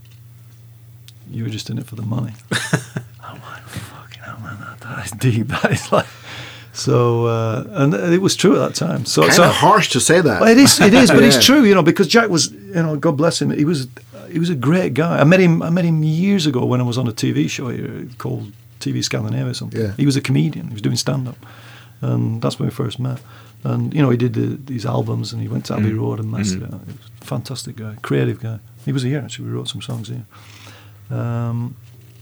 You're just in it for the money. I'm like, fucking hell, man, that, that is deep. That is like, so, uh, and it was true at that time. So, kind so, of harsh to say that. Well, it is, it is, but yeah. it's true, you know, because Jack was, you know, God bless him, he was, he was a great guy. I met him, I met him years ago when I was on a T V show here called T V Scandinavia or something. Yeah. He was a comedian. He was doing stand-up, and that's when we first met. And you know, he did the, these albums, and he went to Abbey mm. Road and mastered mm. it. He was a fantastic guy, creative guy. He was here actually. We wrote some songs here. Um,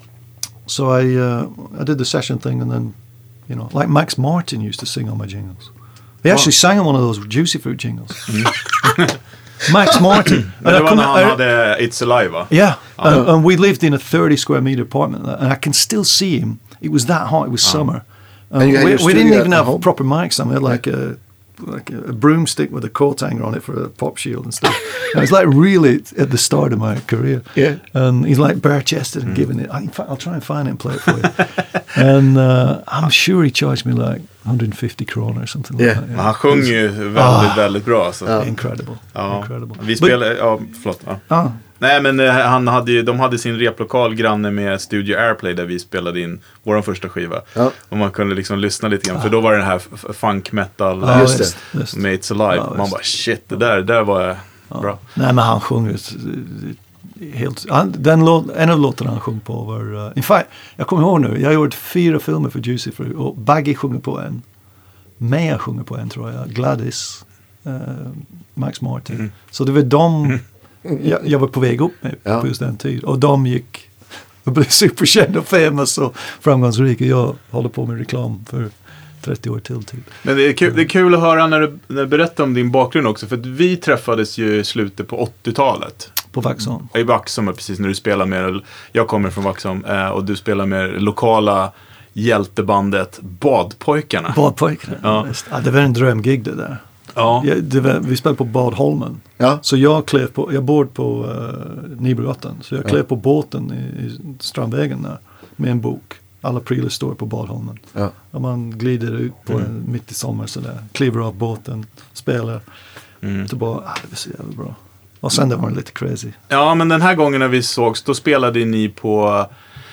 so I uh, I did the session thing, and then, you know, like Max Martin used to sing on my jingles. He actually oh. sang on one of those Juicy Fruit jingles. Mm. Max Martin. Men det var när han hade It's Alive, va? Yeah, uh, and, and we lived in a thirty square meter apartment, and I can still see him. It was that hot. It was uh. summer. Uh, we, we didn't even have home? proper mics. I mean, we had like a like a, a broomstick with a coat hanger on it for a pop shield and stuff. And it's like really at the start of my career. Yeah. And he's like bare chested and mm. giving it. I, in fact, I'll try and find it and play it for you. And uh, I'm sure he charged me like one hundred fifty kronor or something like yeah. that. Yeah. Han sjunger ju väldigt, ah, väldigt bra. Så. Ja. Incredible. Ja. Incredible. Vi spelade, ja, förlåt. Ja. Ah. Nej, men eh, han hade ju, de hade sin replokal granne med Studio Airplay där vi spelade in vår första skiva. Ja. Och man kunde liksom lyssna lite grann, ah. för då var det här f- funk metal ah, just det, just. med It's Alive. Ah, man bara, shit, det där, det där var ah. bra. Nej, men han sjunger helt, han, den låt, en av låtarna han sjöng på var, uh, in fact, jag kommer ihåg nu, jag har gjort fyra filmer för Juicy Fruit och Baggy sjunger på en, Mea sjunger på en tror jag, Gladys, uh, Max Martin. Mm. Så det var de mm. jag, jag var på väg upp med ja. på just den tiden. Och de gick och blev superkända och famous och framgångsrika. Jag håller på med reklam för trettio år till typ. Men det är kul, det är kul att höra när du, när du berättar om din bakgrund också. För att vi träffades ju i slutet på åttiotalet. På Vaxholm. I Vaxholm, precis när du spelar med, jag kommer från Vaxholm och du spelar med lokala hjältebandet Badpojkarna. Badpojkarna, ja. Ja, det var en drömgig det där. Ja. Jag, det var, vi spelade på Badholmen. Ja. Så jag klev på, jag bor på uh, Nybrogatan. Så jag klev ja. på båten i, i Strandvägen där med en bok. Alla prylar står på Badholmen. Ja. Och man glider ut på mm. en, mitt i sommar sådär. Kliver av båten, spelar. Mm. Tillbaka, ah, det var så jävla bra. Och sen det var det lite crazy. Ja, men den här gången när vi sågs, då spelade ni på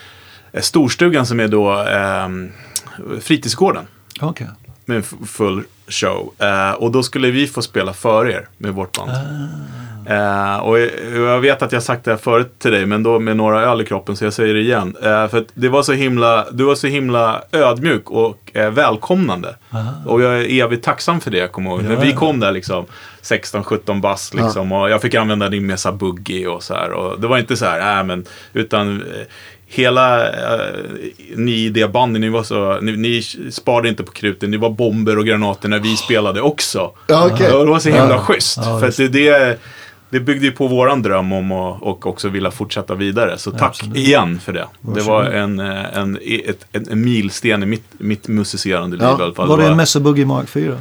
eh, Storstugan som är då eh, fritidsgården. Okej. Okay. Med f- full show. Eh, och då skulle vi få spela för er med vårt band. Ah. Eh, och jag, jag vet att jag sagt det här förut till dig, men då med några öl i kroppen, så jag säger det igen. Eh, för att det var så himla, du var så himla ödmjuk och eh, välkomnande. Ah. Och jag är evigt tacksam för det, jag kommer ihåg. Ja, när vi kom där liksom, sexton sjutton bass liksom, ah. och jag fick använda din mesa buggy och så här. Och det var inte så här, äh, men, utan... Eh, hela uh, ni i det bandet, ni var så, ni, ni sparade inte på kruten, ni var bomber och granater när vi spelade också. Ja, okay. Det var så himla ja. schysst. Ja, för att det, det, det byggde ju på våran dröm om att och också vilja fortsätta vidare. Så tack Absolut. igen för det. Det var en, en, ett, en, en milsten i mitt, mitt musicerande ja. liv i alla fall. Var det en Mesa Boogie Mark fyra?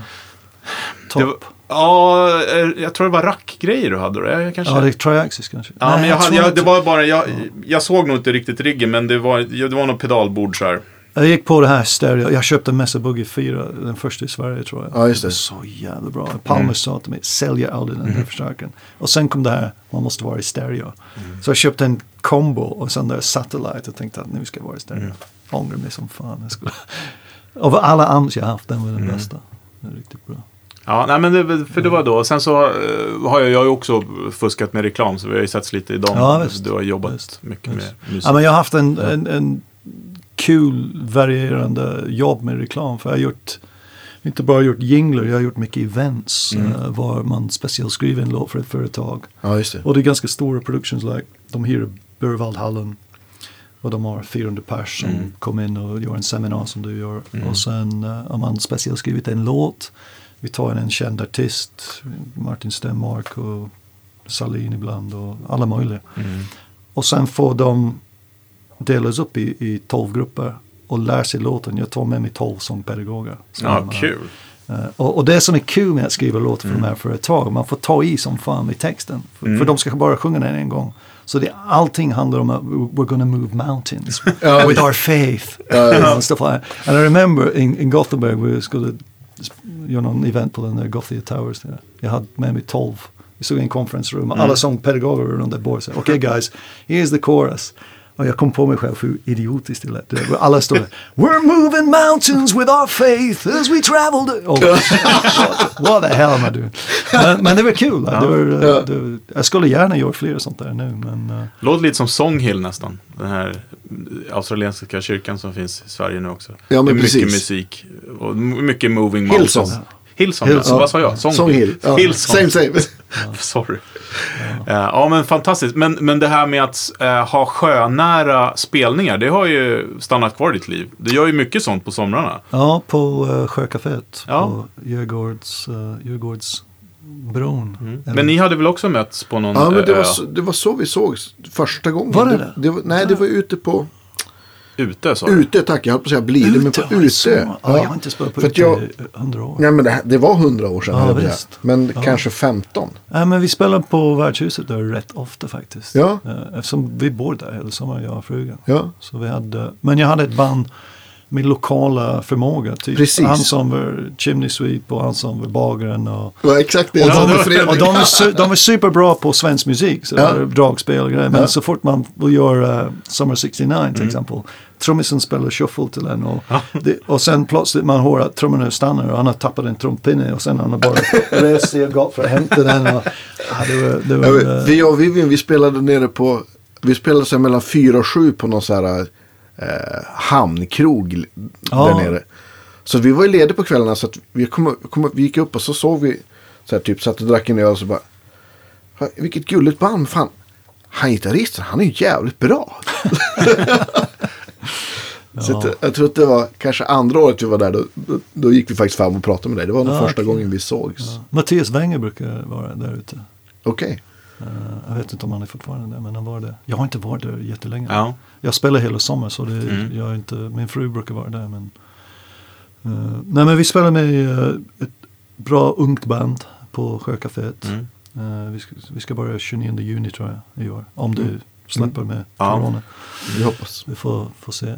Topp. Ja, jag tror det var rackgrejer du hade då. Jag kanske... Ja, det är Triaxis kanske. Ja, Nej, men jag, jag, jag det var bara, jag, jag såg nog inte riktigt riggen, men det var, det var något pedalbord så här. Jag gick på det här stereo. Jag köpte en Mesa Boogie fyra, den första i Sverige tror jag. Ja, just det. Det var så jävla bra. Palmer mm. sa till mig, säljer aldrig den här mm. förstärkaren. Och sen kom det här, man måste vara i stereo. Mm. Så jag köpte en combo och sen där satellite och tänkte att nu ska jag vara i stereo. Mm. Ångrar mig som fan. Jag skulle... Av alla amps jag haft, den var den mm. bästa. Den är riktigt bra. Ja, nej, men det, för det var då. Sen så uh, har jag, jag har ju också fuskat med reklam, så vi har ju setts lite i dem. Ja, visst, du har jobbat visst, mycket visst. med musik. Ja, men jag har haft en, en, en kul, varierande jobb med reklam. För jag har gjort, inte bara gjort jingler, jag har gjort mycket events. Mm. Uh, var man specialskriver en låt för ett företag. Ja, just det. Och det är ganska stora productions, like de här i Börvaldhallen. Och de har fyrahundra pers som mm. kommer in och gör en seminar som du gör. Mm. Och sen uh, har man speciellt skrivit en låt. Vi tar en känd artist, Martin Stenmark och Salin ibland och alla möjliga. Mm. Och sen får de delas upp i, i tolv grupper och lär sig låten. Jag tar med mig tolv sångpedagoger. Ja, kul. Uh, och, och det som är kul med att skriva låt för mm. de här företag, man får ta i som fan i texten. För, mm. för de ska bara sjunga den en gång. Så det, allting handlar om att we're gonna move mountains with our faith. and stuff like that. And I remember in, in Gothenburg we skulle göra någon event på den där Gothia Towers. Där. Jag hade med mig tolv. Vi såg i en konferensrum. Mm. Alla sångpedagoger runt där bordet. Okej okay, guys, here's the chorus. Och jag kom på mig själv hur idiotiskt det lät. Alla stod där. We're moving mountains with our faith as we traveled. Oh, what, what the hell am I doing? Men, men det var kul. Ja. Det var, ja. det, jag skulle gärna göra fler sånt där nu. Men, uh... låter lite som Songhill nästan. Den här australiensiska kyrkan som finns i Sverige nu också. Ja, men det är precis. Mycket musik. Och mycket moving mountains. Hillsong. Hillsong, Hillsong. Ja. Vad sa jag? Songhill. Songhill. Ja. Hillsong. Same, same. Sorry. Ja. Uh, ja, men fantastiskt. Men, men det här med att uh, ha sjönära spelningar, det har ju stannat kvar i ditt liv. Du gör ju mycket sånt på somrarna. Ja, på uh, Sjöcaféet. Ja. På Djurgårds, uh, Djurgårdsbron. Mm. Men ni hade väl också mötts på någon Ja, men det ö? var, så, det var så vi sågs första gången. Var det det? det? det var, nej, det var ute på... Ute, så. Ute, tack. Jag höll på att säga Blide, men på ute. Ja, jag har inte spelat på för ute jag, i hundra år. Nej, men det, det var hundra år sedan. Ja, jag visst. Men ja. kanske femton. Ja, men vi spelar på värdshuset där rätt ofta faktiskt. Ja. Eftersom vi bor där hela sommaren, jag och frugan. Ja. Så vi hade, men jag hade ett band med lokala förmåga. Typ Precis. Han som var Chimney Sweep och han som var bagaren. Och, ja, exakt det. Och, Ja, de, det var och de, var su, de var superbra på svensk musik. Så ja. dragspel och grejer. Men ja. så fort man vill göra uh, Summer sextionio till mm. exempel. Trummisen spelar shuffle till den. Och, ja. det, och sen plötsligt man hör att trummorna stannar och han har tappat en trumpinne. Och sen han har bara rest sig och gått för att hämta den. Och, ja, det var, det var, ja, vi och Vivian, vi spelade nere på... Vi spelade sig mellan fyra och sju på någon så här... Eh, hamnkrog ja. där nere. Så vi var ju lediga på kvällarna så att vi, kom, kom, vi gick upp och så såg vi så här, typ satt och drack en öl och så bara vilket gulligt band, fan han gitarristen, han är ju jävligt bra. ja. Så att, jag tror att det var kanske andra året vi var där, då, då, då gick vi faktiskt fram och pratade med dig. Det var den ja, första okay. gången vi sågs. Ja. Mattias Wenger brukar vara där ute. Okej. Okay. Uh, jag vet inte om han är fortfarande där, men han var där. Jag har inte varit där jättelänge. Ja. Jag spelar hela sommar så det, mm. jag är inte, min fru brukar vara där. Men, uh, nej, men vi spelar med uh, ett bra ungt band på Sjöcaféet. Mm. Uh, vi, ska, vi ska börja tjugonionde juni tror jag i år. Om du mm. släpper med ja. corona. Vi hoppas. Vi får, får se.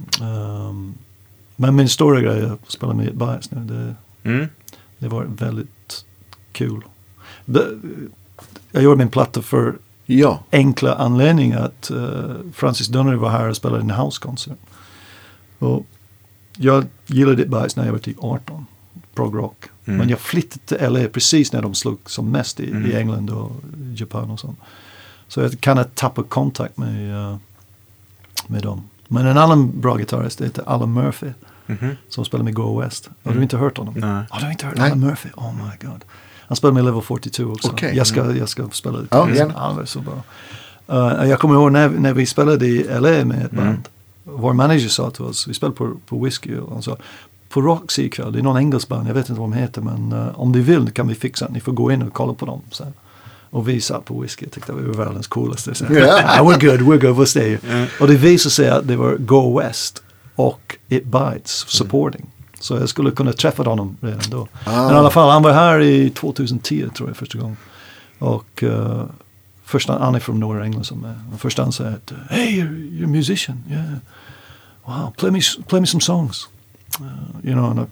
Um, men min stora grej är att spela med Bias nu. Det, mm. det var väldigt kul. Det, jag gjorde min platta för ja. enkla anledningar att uh, Francis Dunnery var här och spelade en house-konsert. Och jag gillade It Bias när jag var typ arton. Prog rock. Mm. Men jag flyttade till L A precis när de slog som mest i, mm. i England och Japan och sånt. Så jag kan inte tappa kontakt med, uh, med dem. Men en annan bra gitarrist heter Alan Murphy. Mm-hmm. Som spelar med Go West. Har mm. du inte hört honom? Nej. Har du inte hört Nej. Alan Murphy? Oh my god. Han spelar med Level fyrtiotvå också. Okay. Jag, ska, mm. jag ska spela lite. Oh, yeah. Han var så bra. Uh, jag kommer ihåg när, när vi spelade i L A med ett mm. band. Vår manager sa till oss, vi spelade på, på Whiskey och han sa, på Roxy ikväll, det är någon engelsk band, jag vet inte vad de heter, men uh, om du vill kan vi fixa att ni får gå in och kolla på dem sen. Och vi satt på Whiskey och tyckte att vi var världens coolaste. Så, yeah. ah, we're good, we're good, we'll stay. Mm. Och det visade sig att det var Go West och It Bites supporting. Mm. Så jag skulle kunna träffa honom redan då. Ah. Men i alla fall, han var här i tjugohundratio tror jag första gången. Och uh, första, han är från norra England som är. Och första han säger att, hey, you're, you're a musician, yeah. Wow, play me, play me some songs. Uh, you know, and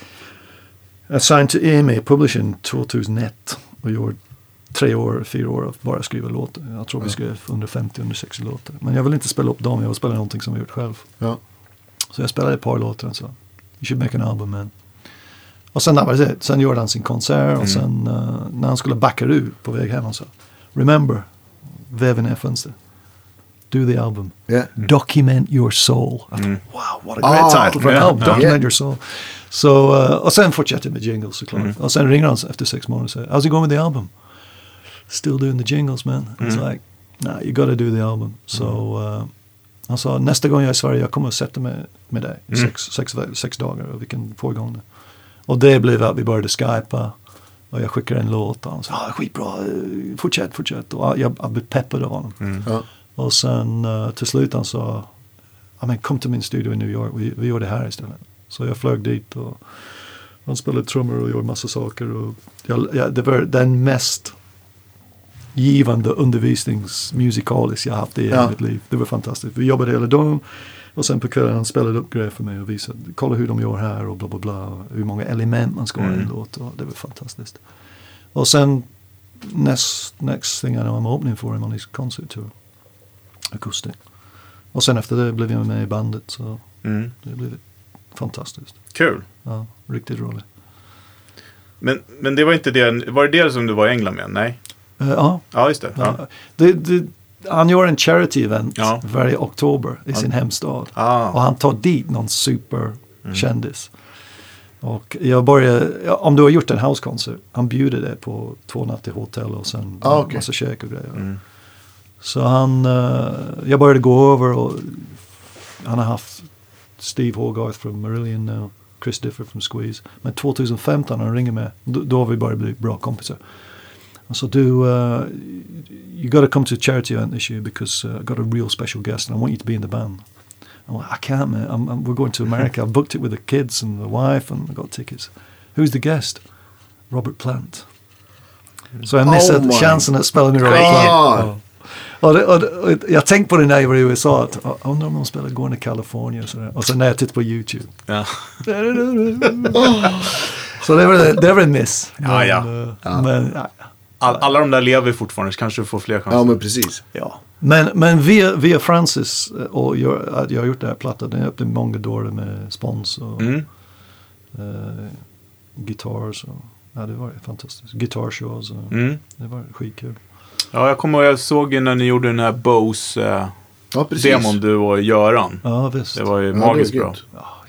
I, I signed to E M A Publishing tjugohundraett och gjorde tre år, fyra år att bara skriva låtar. Jag tror vi skrev under femtio, under sextio låtar. Men jag vill inte spela upp dem, jag vill spela någonting som jag gjort själv. Ja. Så jag spelade ett par låtar och så. You should make an album, man. Och sen, var det, sen gjorde han sin konsert och mm. sen uh, när han skulle backa ur på väg hem och så. Remember, väven ner fönster. Do the album. Yeah. Document your soul. Mm. Wow, what a great oh, title for an yeah, album. Document yeah. your soul. Så, uh, och sen fortsatte med jingles såklart. Mm. Och sen ringer han efter sex månader och säger, how's it going with the album? Still doing the jingles, man. Mm. It's like, nah, you gotta do the album. Mm. So uh, Han sa, nästa gång jag är i Sverige, jag kommer att sätta mig med dig. Mm. Sex, sex, sex dagar och vi kan få igång det. Och det blev att vi började skypa. Och jag skickade en låt och han sa, ah, skitbra, fortsätt, fortsätt. Och jag, jag blev peppad av honom. Mm. Ja. Och sen uh, till slut han sa, ja men kom till min studio i New York, vi, vi gör det här istället. Så jag flög dit och han spelade trummor och gjorde massa saker. Och jag, jag, det var den mest givande undervisningsmusikalisk jag haft i Ja. mitt liv. Det var fantastiskt. Vi jobbade hela dagen och sen på kvällen han spelade upp grejer för mig och visade, kolla hur de gör här och bla bla bla. Och hur många element man ska ha i en Mm. låt. Och det var fantastiskt. Och sen next, next thing I know I'm opening for him on his concert tour. Acoustic. Och sen efter det blev jag med i bandet så Mm. det blev fantastiskt. Kul. Ja, riktigt roligt. Men, men det var inte det, var det det som du var i England med? Nej? Uh, ja, Ja, just det. Ja. ja. Det, det, han gör en charity-event Ja. varje oktober i sin hemstad. Ah. Och han tar dit någon superkändis. Och jag började, ja, om du har gjort en house-concert, han bjuder det på två nätter hotell och sen Ah, okay. massa käk och grejer. Mm. Så han, uh, jag började gå över och han har haft Steve Hogarth från Marillion och Chris Differ från Squeeze. Men tjugo femton han ringer mig, då, då har vi börjat bli bra kompisar. Han sa, du, uh, you got to come to a charity event this year because uh, I got a real special guest and I want you to be in the band. I'm like, I can't, man. I'm, I'm, we're going to America. I've booked it with the kids and the wife and I got tickets. Who's the guest? Robert Plant. Så jag missade Oh my chansen att spela med Robert God. Plant. Ja. Och, det, och, det, och jag tänkte på det när jag var i U S A. Att, jag undrar om de spelar Going to California och sådär. Och sen när jag tittade på YouTube. Ja. Så det var, det, det var en miss. Ja, ja. Men, uh, Ja. men ja. All, alla de där lever fortfarande, så kanske du får fler chanser. Ja, men precis. Ja, men, men via, via Francis och jag, att jag har gjort det här plattan, den öppnade många dörrar med spons och Mm. uh, guitars och ja, det var fantastiskt. Guitar shows och Mm. det var skitkul. Ja, jag kommer ihåg, jag såg ju när ni gjorde den här Bose-demon, Ja, precis. du och Göran. Ja, visst. Det var ju Ja, magiskt det är bra. grymt.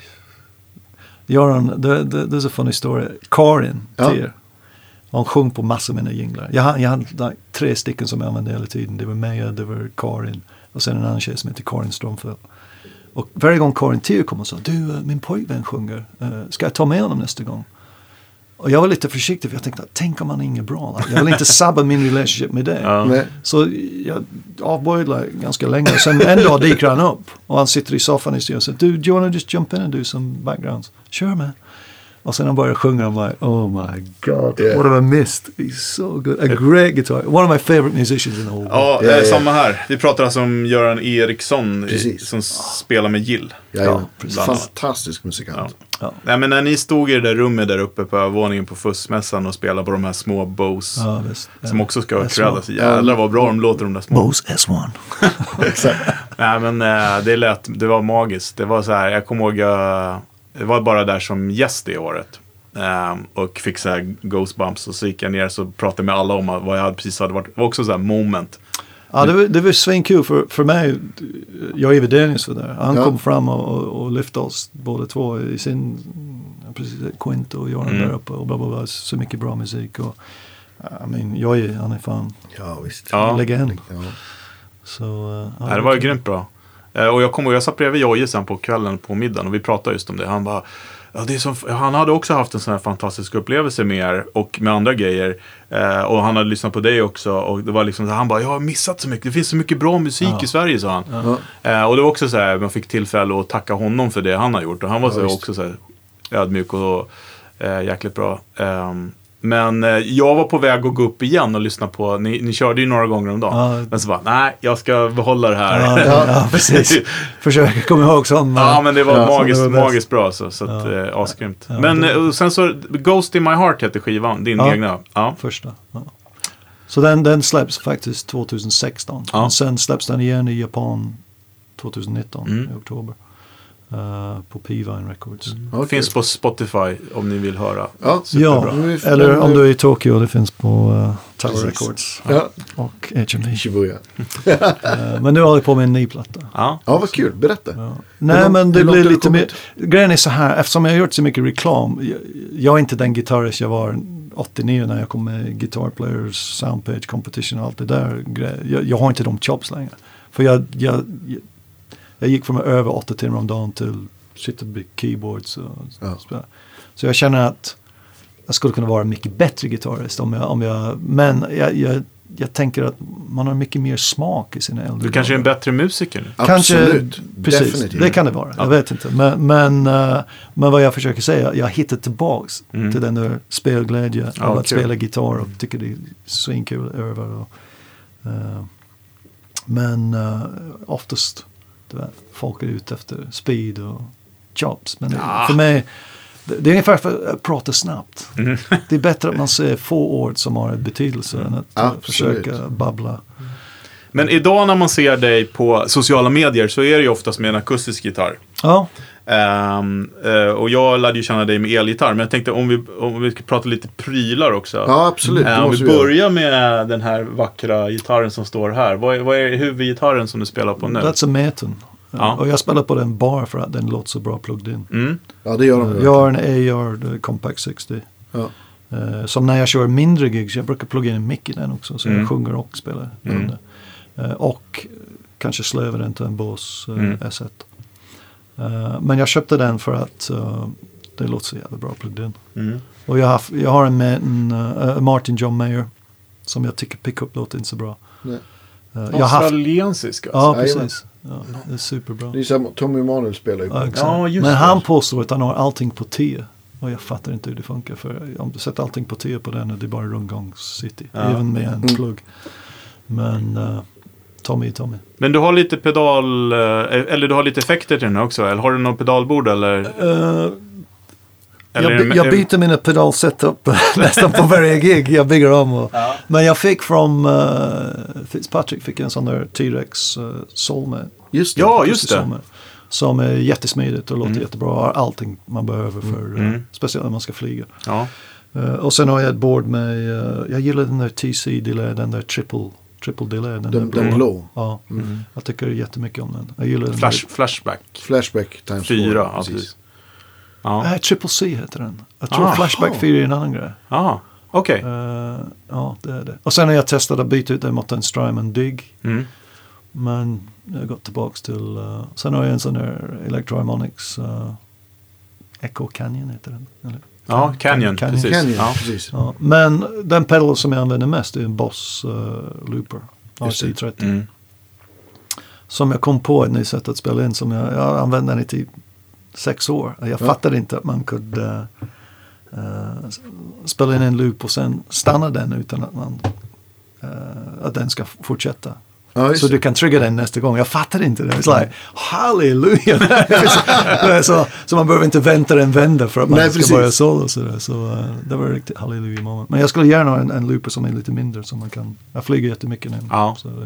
Göran, det, det, det är så funny story. Karin, Ja. Tier, hon sjöng på massor av mina jinglar. Jag, har- jag hade like, tre stycken som jag använde hela tiden. Det var Meja, det var Karin och sen en annan tjej som heter Karin Stromfeld. Och varje gång Karin Tier kom och sa, du, eh, min pojkvän sjunger, uh, ska jag ta med honom nästa gång? Och jag var lite försiktig för jag tänkte, tänk om han är inget bra. Like, jag vill inte sabba min relationship med det. Ja. Nej. Så jag avböjde like, ganska länge. Och sen en dag dyker han upp. Och han sitter i soffan i studion och säger, du, do you want to just jump in and do some backgrounds? Sure, man. Och sen han börjar sjunga, I'm like, oh my god, Yeah. what have I missed? He's so good. A great guitar. One of my favorite musicians in the whole world. Ja, Ja, eh, ja. samma här. Vi pratar alltså om Göran Eriksson i, Precis. som spelar med Gill. Ja, Ja, ja. precis. Fantastisk musikant. Ja. Nej, men när ni stod i det där rummet där uppe på övervåningen på Fussmässan och spelade på de här små Bose, Ja, visst. som också ska S creddas. one. Jävlar vad bra de låter, de där små. Bose S one. Exakt. Nej, men eh, det lät, det var magiskt. Det var så här, jag kommer ihåg, jag, det var bara där som gäst det året. Um, och fick så här Ghostbumps och så gick jag ner så pratade med alla om vad jag hade precis hade varit. Det var också så här moment. Ja, det var, det var svinkul för, för mig. Jag och Evie Daniels var där. Han Ja. kom fram och, och, och lyfte oss båda två i sin, precis, Quint och Göran Mm. där uppe och bla bla bla. Så mycket bra musik och I mean, jag är, han är fan Ja, visst. Ja. legend. Ja. Så, uh, ja, Nej, det var ju grymt bra. Eh, och jag kommer ihåg, jag satt bredvid Jojje sen på kvällen på middagen och vi pratade just om det. Han bara, ja, det är som, han hade också haft en sån här fantastisk upplevelse med er och med andra grejer. Eh, och han hade lyssnat på dig också och det var liksom så, han bara, jag har missat så mycket. Det finns så mycket bra musik Ja. i Sverige, sa han. Ja. Eh, och det var också så här, man fick tillfälle att tacka honom för det han har gjort. Och han var Ja, så här, visst. också så här ödmjuk och eh, jäkligt bra. Ehm, men eh, jag var på väg att gå upp igen och lyssna på, ni, ni körde ju några gånger om dagen. Ja. Men så bara, nej, jag ska behålla det här. Ja, ja, ja, precis. Försöker komma ihåg sån. Ja, men det var Ja, magiskt, det var bäst. magiskt bra så, så att, Ja. eh, asgrymt. Ja, men det- eh, sen så, Ghost in My Heart heter skivan, din Ja. egna. Ja. Första. Ja. Så den, den släpps faktiskt tjugo sexton. Ja. Men sen släpps den igen i Japan tjugo nitton Mm. i oktober. Uh, på P-Vine Records. Ja, Det finns kul. på Spotify om ni vill höra. Ja. Superbra. Ja, Nu är- eller om nu- du är i Tokyo, det finns på uh, Tower Precis. Records Ja, och H M V. Shibuya. Uh, men nu håller jag på med en ny platta. Ja. Ja, vad kul. Berätta. Ja. Nej, långt- men det hur långt blir har du lite mer... kommit? Grejen är så här, eftersom jag har gjort så mycket reklam. Jag, jag är inte den gitarrist jag var åttionio när jag kom med Guitar Players, Soundpage Competition och allt det där. grej- Jag, jag har inte de chops längre. För jag, jag, jag, jag gick från över åtta timmar om dagen till sitta vid keyboards och Ja. spela. Så jag känner att jag skulle kunna vara mycket bättre gitarrist om jag, om jag men jag, jag, jag tänker att man har mycket mer smak i sina äldre Du kanske är en dagar. bättre musiker nu. Kanske, Absolut. precis, Definitivt. det kan det vara. Jag vet inte. Men, men, uh, men vad jag försöker säga, jag hittar tillbaks Mm. till den där spelglädje Ja, av att kul. spela gitarr och tycker det är svinkul över. Och, uh, men uh, oftast, du vet, folk är ute efter speed och chops. Men Ja. för mig, det, det är ungefär för att prata snabbt. Mm. Det är bättre att man ser få ord som har en betydelse än att uh, Absolut. försöka babbla. Men idag när man ser dig på sociala medier så är det ju oftast med en akustisk gitarr. Ja. Um, uh, och jag lärde ju känna dig med elgitarr. Men jag tänkte om vi, om vi ska prata lite prylar också. Ja, absolut. Det Uh, om måste vi vi göra. börjar med den här vackra gitarren som står här. Vad är, vad är huvudgitarren som du spelar på nu? That's a Meton. Ja. Och jag spelar på den bara för att den låter så bra plugged in. Mm. Ja, det gör de. Jag har en A R Compact sextio. Ja. Eh, som när jag kör mindre gigs, jag brukar plugga in en mic i den också. Så Mm. jag sjunger och spelar. Mm. under. Eh, och kanske slövar den till en Bose eh, Mm. S ett. Eh, men jag köpte den för att uh, det låter så jävla bra plugged in. Mm. Och jag har, jag har en, med en uh, Martin John Mayer som jag tycker pickup låter inte så bra. Nej. Eh, jag har haft, Australiensisk alltså. ja, Jajamän. precis. Ja, det är superbra. Det är som Tommy Emanuel spelar ju på. Ja, exakt. Ja, just men det. han påstår att han har allting på tio. Och jag fattar inte hur det funkar. För om du sätter allting på tio på den är det bara rundgångs-city. Ja. Även med en Mm. plugg. Men uh, Tommy är Tommy. Men du har lite pedal, eh, eller du har lite effekter till den också. Eller har du någon pedalbord eller? Uh, eller jag, by- jag byter mina pedalsetup nästan på varje gig. Jag bygger om. Och, Ja. Men jag fick från uh, Fitzpatrick fick en sån där T-Rex uh, Solmed. Just det. Ja, just det. Solmed, som är jättesmidigt och låter Mm. jättebra. Har allting man behöver för, Mm. uh, speciellt när man ska flyga. Ja. Uh, och sen har jag ett board med, uh, jag gillar den där T C-delay, den där triple, triple delay. Den, Den, där den blå. Ja, Mm. jag tycker jättemycket om den. Jag gillar den. Flash, flashback. Flashback times Fyra, four, ja, precis. Ja. Nej, triple C heter den. Jag tror Aha. Flashback fyra är en annan grej. Ja, okej. Uh, ja, det är det. Och sen har jag testat att byta ut den mot en Strymon Dig. Mm. Men jag har gått tillbaka till, uh, sen har jag en sån där Electro-Harmonix uh, Echo Canyon heter den. Eller? Ja, Canyon, Canyon. precis. Canyon, Ja. precis. Ja, men den pedal som jag använder mest är en Boss uh, Looper. R Just C det. trettio. Mm. Som jag kom på ett nytt sätt att spela in. Som jag, jag använde den i typ sex år. Jag Ja. fattade inte att man kunde uh, uh, spela in en loop och sen stanna den utan att man uh, att den ska fortsätta. Ja, just Så det. du kan trigga den nästa gång. Jag fattade inte det. It's like, halleluja. så, så man behöver inte vänta en vända för att man Nej, ska precis. börja solo. Så, där. så uh, det var riktigt halleluja moment. Men jag skulle gärna ha en, en looper som är lite mindre. Så man kan, jag flyger jättemycket nu. Ja. Så,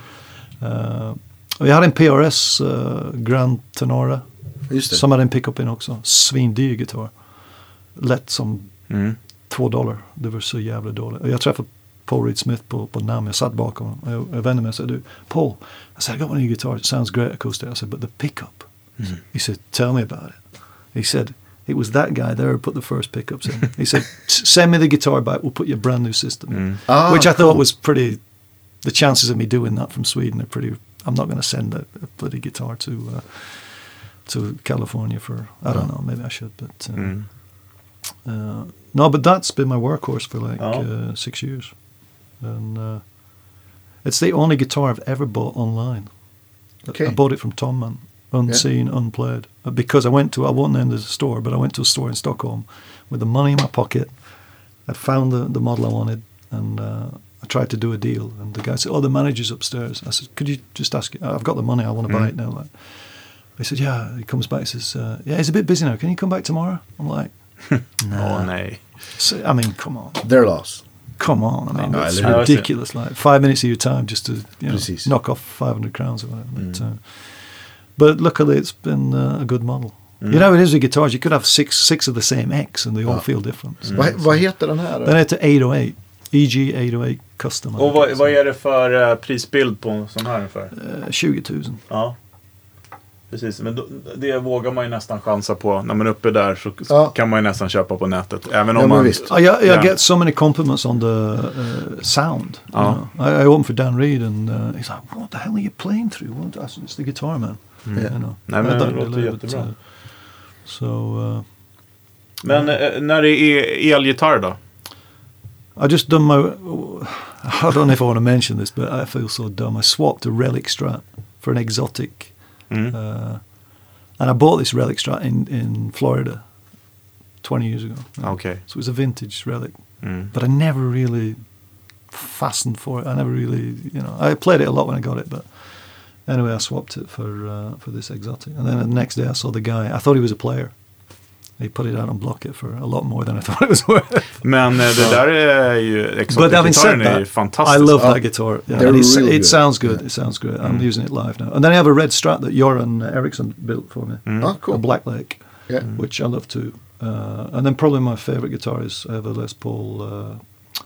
uh, och jag hade en P R S uh, Grand Tenora. Just det. Som hade en pickup in också. Svindyr gitarr. Lätt som Mm. två dollar. Det var så jävla dåligt. Och jag träffade Paul Reed Smith på, på namn. Jag satt bakom honom. Jag, jag vände mig och sa, du, Paul, I said, I got one new guitar. It sounds great acoustic. I said, but the pickup. Mm. He said, tell me about it. He said, it was that guy there who put the first pickups in. He said, send me the guitar back. We'll put your brand new system in. Mm. Ah, Which I thought cool. was pretty, the chances of me doing that from Sweden are pretty, I'm not going to send a, a bloody guitar to uh, to California for, I don't know, maybe I should, but... Uh, Mm. Uh, no, but that's been my workhorse for like Ja. uh, six years. And uh, it's the only guitar I've ever bought online. Okay. I bought it from Tomman, unseen, unplayed. Uh, because I went to, I won't name the store, but I went to a store in Stockholm with the money in my pocket. I found the, the model I wanted and uh, I tried to do a deal. And the guy said, oh, the manager's upstairs. I said, could you just ask, I've got the money, I want to buy Mm. it now. Like, he said, yeah. He comes back and says, uh, yeah, he's a bit busy now. Can you come back tomorrow? I'm like, Åh nej. so, I mean, come on. Their loss. Come on, I mean, Ja, it's eller hur? ridiculous. Like five minutes of your time just to you know, Precis. knock off five hundred crowns or whatever. But, Mm. uh, but luckily, it's been uh, a good model. Mm. You know, it is with guitars. You could have six six of the same X, and they all Ja. feel different. So Vad, vad heter den här? Den heter eight oh eight, E G eight oh eight Custom. Och vad, vad är det för uh, prisbild på en sån här ungefär? Uh, tjugo tusen. Ja. Precis, men då, det vågar man ju nästan chansa på. När man är uppe där så Ja. kan man ju nästan köpa på nätet. Även om Ja, men man... visst. Uh, jag jag Ja. get so many compliments on the uh, sound. You Ja. know. I, I opened for Dan Reed, and uh, he's like, "What the hell are you playing through?" What? I said, "It's the guitar, man." Mm. You know. Nej, men det låter jättebra. So, uh, men uh, när det är elgitarr då? I just done my, I don't know if I want to mention this, but I feel so dumb. I swapped a Relic Strat for an exotic. Mm. Uh, and I bought this Relic Strat in, in Florida twenty years ago. Okay. So it was a vintage Relic. Mm. But I never really fastened for it. I never really, you know, I played it a lot when I got it, but anyway, I swapped it for uh, for this exotic. And then the next day I saw the guy, I thought he was a player. He put it out on Blocket for a lot more than I thought it was worth. Men det so, där är ju exotic-gitarren är ju fantastisk. I love that guitar. Yeah. They're It, really it sounds good. Yeah. It sounds great. I'm Mm. using it live now. And then I have a red Strat that Joran Eriksson built for me. Mm. Ah, cool. A Black Lake, Yeah. mm. which I love too. Uh, and then probably my favorite guitar is I have a Les Paul, uh,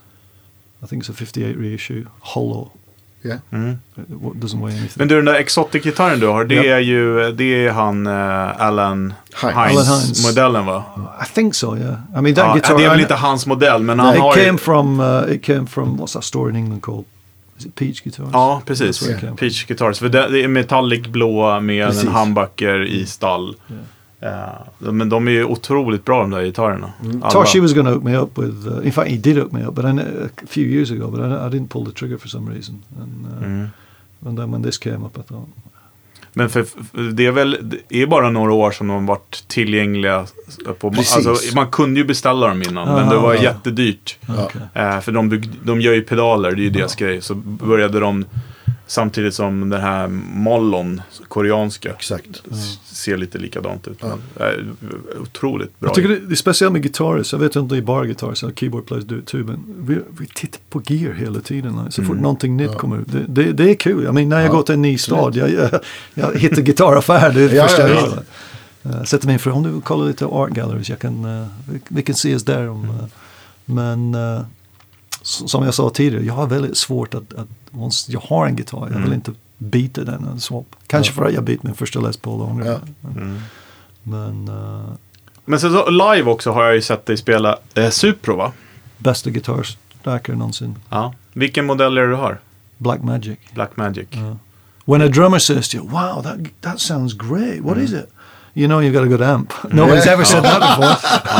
I think it's a fifty-eight reissue, hollow. Yeah. Mm. It doesn't weigh anything. Men du, den där exotic-gitarren du har, det Yep. är ju, det är han uh, Alan Hines-modellen va? I think so, yeah. I mean that Ja, guitar. det är väl I, inte hans modell, men han it har came ju... from, uh, it came from, what's that store in England called? Is it Peach Guitars? Ja, precis. That's where it came from. Peach Guitars. För det, det är metallic blå med Precis. en humbucker i stall. Yeah. Uh, men de är ju otroligt bra de där gitarrerna. Mm. Alla. Toshi was going to hook me up with, uh, in fact he did hook me up, but I, a few years ago, but I, I didn't pull the trigger for some reason. And, uh, Mm. and then when this came up I thought... Men för, för det är väl det är bara några år som de har varit tillgängliga på, alltså, man kunde ju beställa dem innan, Aha, men det var ja. jättedyrt. Okay. Eh, för de, bygg, de gör ju pedaler, det är ju deras grej. Så började de samtidigt som den här Mollon, koreanska, Exakt. s- ser lite likadant ut. Ja. Men, eh, otroligt bra. Jag tycker det, det är speciellt med gitarrer, jag vet inte i bara gitarrer, så keyboard players do it too, men vi, vi tittar på gear hela tiden. Like, så fort Mm. någonting nytt Ja. kommer ut, det, det, det är kul. I mean, när jag Ja, går till en ny stad, jag, jag, jag hittar gitarraffär, det är det Ja, första ja, jag ja. gör. Uh, sätter mig inför, om du vill kolla lite art galleries, jag kan, uh, vi, vi kan se oss där. Om, uh, men uh, s- som jag sa tidigare, jag har väldigt svårt att, att once jag har en gitarr, jag vill Mm. inte byta den och swap. Kanske Ja. för att jag byter min första Les Paul ångrar Ja. mig. Men, Mm. men uh, Men sen så live också har jag ju sett dig spela eh, Supro va? bästa gitarrstackare någonsin. Ja. Vilken modell är det du har? Black Magic. Black Magic. Uh, when a drummer says to you, "Wow, that that sounds great. What is it?" You know you've got a good amp. Nobody's ever said that before.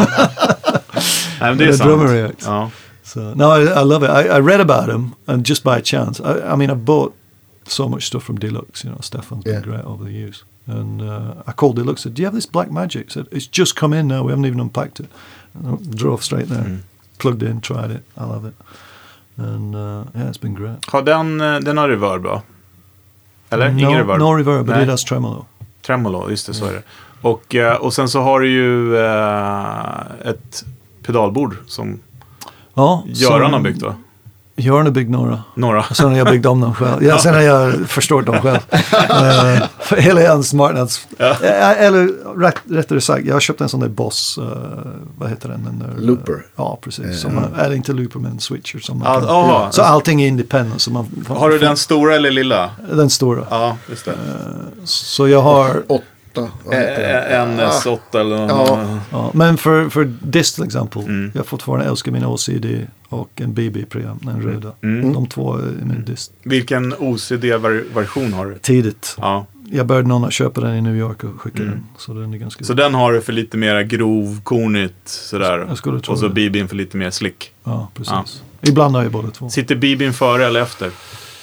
Nej, men det är When a sant. drummer reacts. Ja. So no, I, I love it. I, I read about him, and just by chance, I, I mean, I bought so much stuff from Deluxe. You know, Stefan's Yeah. been great over the years. And uh, I called Deluxe. Said, "Do you have this Black Magic?" I said, "It's just come in now. We haven't even unpacked it." And I drove straight there, Mm. plugged in, tried it. I love it. And uh, yeah, it's been great. Har den, eh, den har reverb va? Eller? no, Ingen reverb? No reverb, but Nej. it has tremolo. Tremolo, just det, så är det. Och, eh, och sen så har du ju eh, ett pedalbord som Ja, Göran som- har byggt va? Göran har byggt några. Några. Och sen har jag byggt om dem själv. Ja, sen har jag förstört dem själv. uh, för hela hans marknads... Ja. Eh, eller rätt, rättare sagt, jag har köpt en sån där Boss, uh, vad heter den? den där, Looper. Uh, ja, precis. Eh, Som man, eller inte Looper, men Switcher. Som man Ja, kan, ja. så allting är independent. Så man, Har du den stora eller lilla? Den stora. Ja, just det. Så jag har... Åtta. vad heter det? Eh, En S åtta eller någon. Ja. Ja, men för, för Dist till exempel, Mm. jag fortfarande älskar min O C D och en B B-preamp, den röda. Mm. De två är min Dist. Vilken O C D-version har du? Tidigt. Ja. Jag började någon att köpa den i New York och skicka Mm. den. Så den är ganska... Så den har du för lite mer grovkornigt sådär. Jag skulle tro Och så det. B B:n för lite mer slick. Ja, precis. Ibland har jag båda två. Sitter B B:n före eller efter?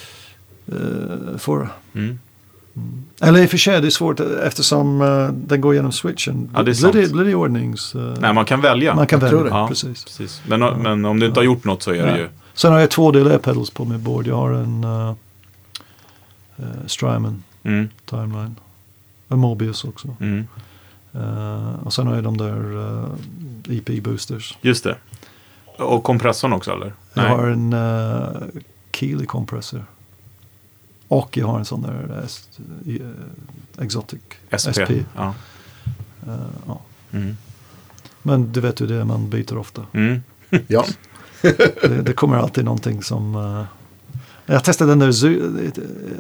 Uh, för. Mm. Eller i och för sig, det är svårt eftersom uh, den går genom switchen. Ja, det är blir, det, sant. blir det ordnings... Uh, Nej, man kan välja. man kan jag tror välja, det. Ja. precis. Precis. Men, men om du inte har gjort något så är det Nej. ju... Sen har jag två delay pedals på min board. Jag har en uh, uh, Strymon Mm. Timeline. En Mobius också. Mm. Uh, och sen har jag de där uh, E P boosters. Just det. Och kompressorn också eller? Jag Nej. har en uh, Keeley kompressor. Och jag har en sån där S, uh, Exotic S P. S P. Ja. Uh, ja. Mm. Men du vet ju det, man byter ofta. Mm. Ja. det, det kommer alltid någonting som... Uh, jag testade den där Zu, uh,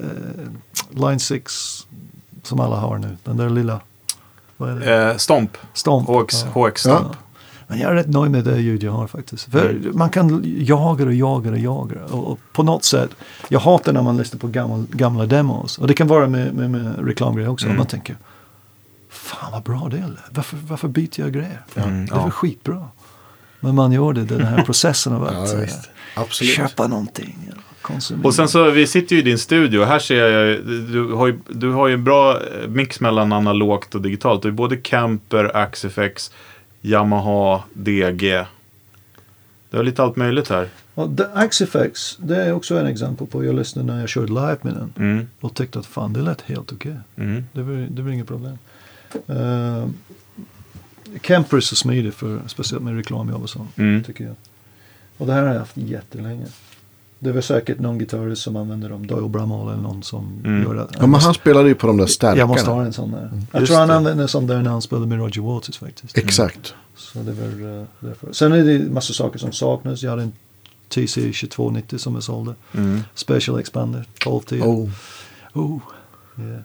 Line sex som alla har nu. Den där lilla... Vad är det? Eh, Stomp. Stomp. H X, Ja. H X Stomp. Ja. Men jag är rätt nöjd med det ljud jag har faktiskt. För mm. man kan jaga och jaga och jaga. Och, och på något sätt, jag hatar när man lyssnar på gamla, gamla demos. Och det kan vara med, med, med reklamgrejer också. Mm. Man tänker, fan vad bra det är. Varför, varför byter jag grejer? Mm, det är ja. skitbra. Men man gör det, den här processen av att ja, Absolut. köpa någonting. Konsumera. Och sen så, vi sitter ju i din studio. Här ser jag, du har ju, du har ju bra mix mellan analogt och digitalt. Du är både Kemper, Axe-F X, Yamaha, D G. Det är lite allt möjligt här. Ja, Axe-F X, det är också en exempel på jag lyssnade när jag körde live med den. Mm. Och tyckte att fan, det lät helt okej. Okay. Mm. Det var, det var inget problem. Uh, Kemper är så smidig för, speciellt med reklamjobb och sånt, mm. tycker jag. Och det här har jag haft jättelänge. Det var säkert någon gitarrist som använder dem, Doyle Bramall eller någon som mm. gör det. Ja, men han spelade ju på de där starka. Jag måste ha en sån där. Mm. Jag Just tror han det. använde en sån där när han spelade med Roger Waters faktiskt. Exakt. Mm. Så det var uh, därför. Sen är det massa saker som saknas. Jag hade en T C tjugotvå nittio som jag sålde. Mm. Special Expander, tolv tio. Oh. Oh. Yeah.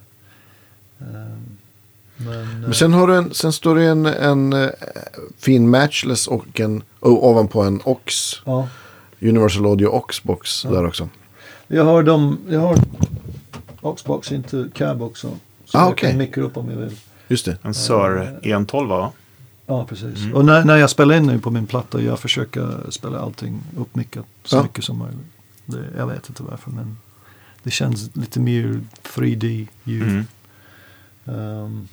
Um, Men, Men sen har du en, sen står det en, en uh, fin matchless och en oh, ovanpå en Ox. Ja. Universal Audio Oxbox ja. där också. Jag har dem, jag har Oxbox inte cab också. Så ah, jag okay. kan mikra upp om jag vill. Just det. En Sör en tolv va? Ja, precis. Mm. Och när, när jag spelar in nu på min platta, jag försöker spela allting uppmickat så ja. mycket som möjligt. Det, jag vet inte varför, men det känns lite mer tre D-ljud. Mm. Um,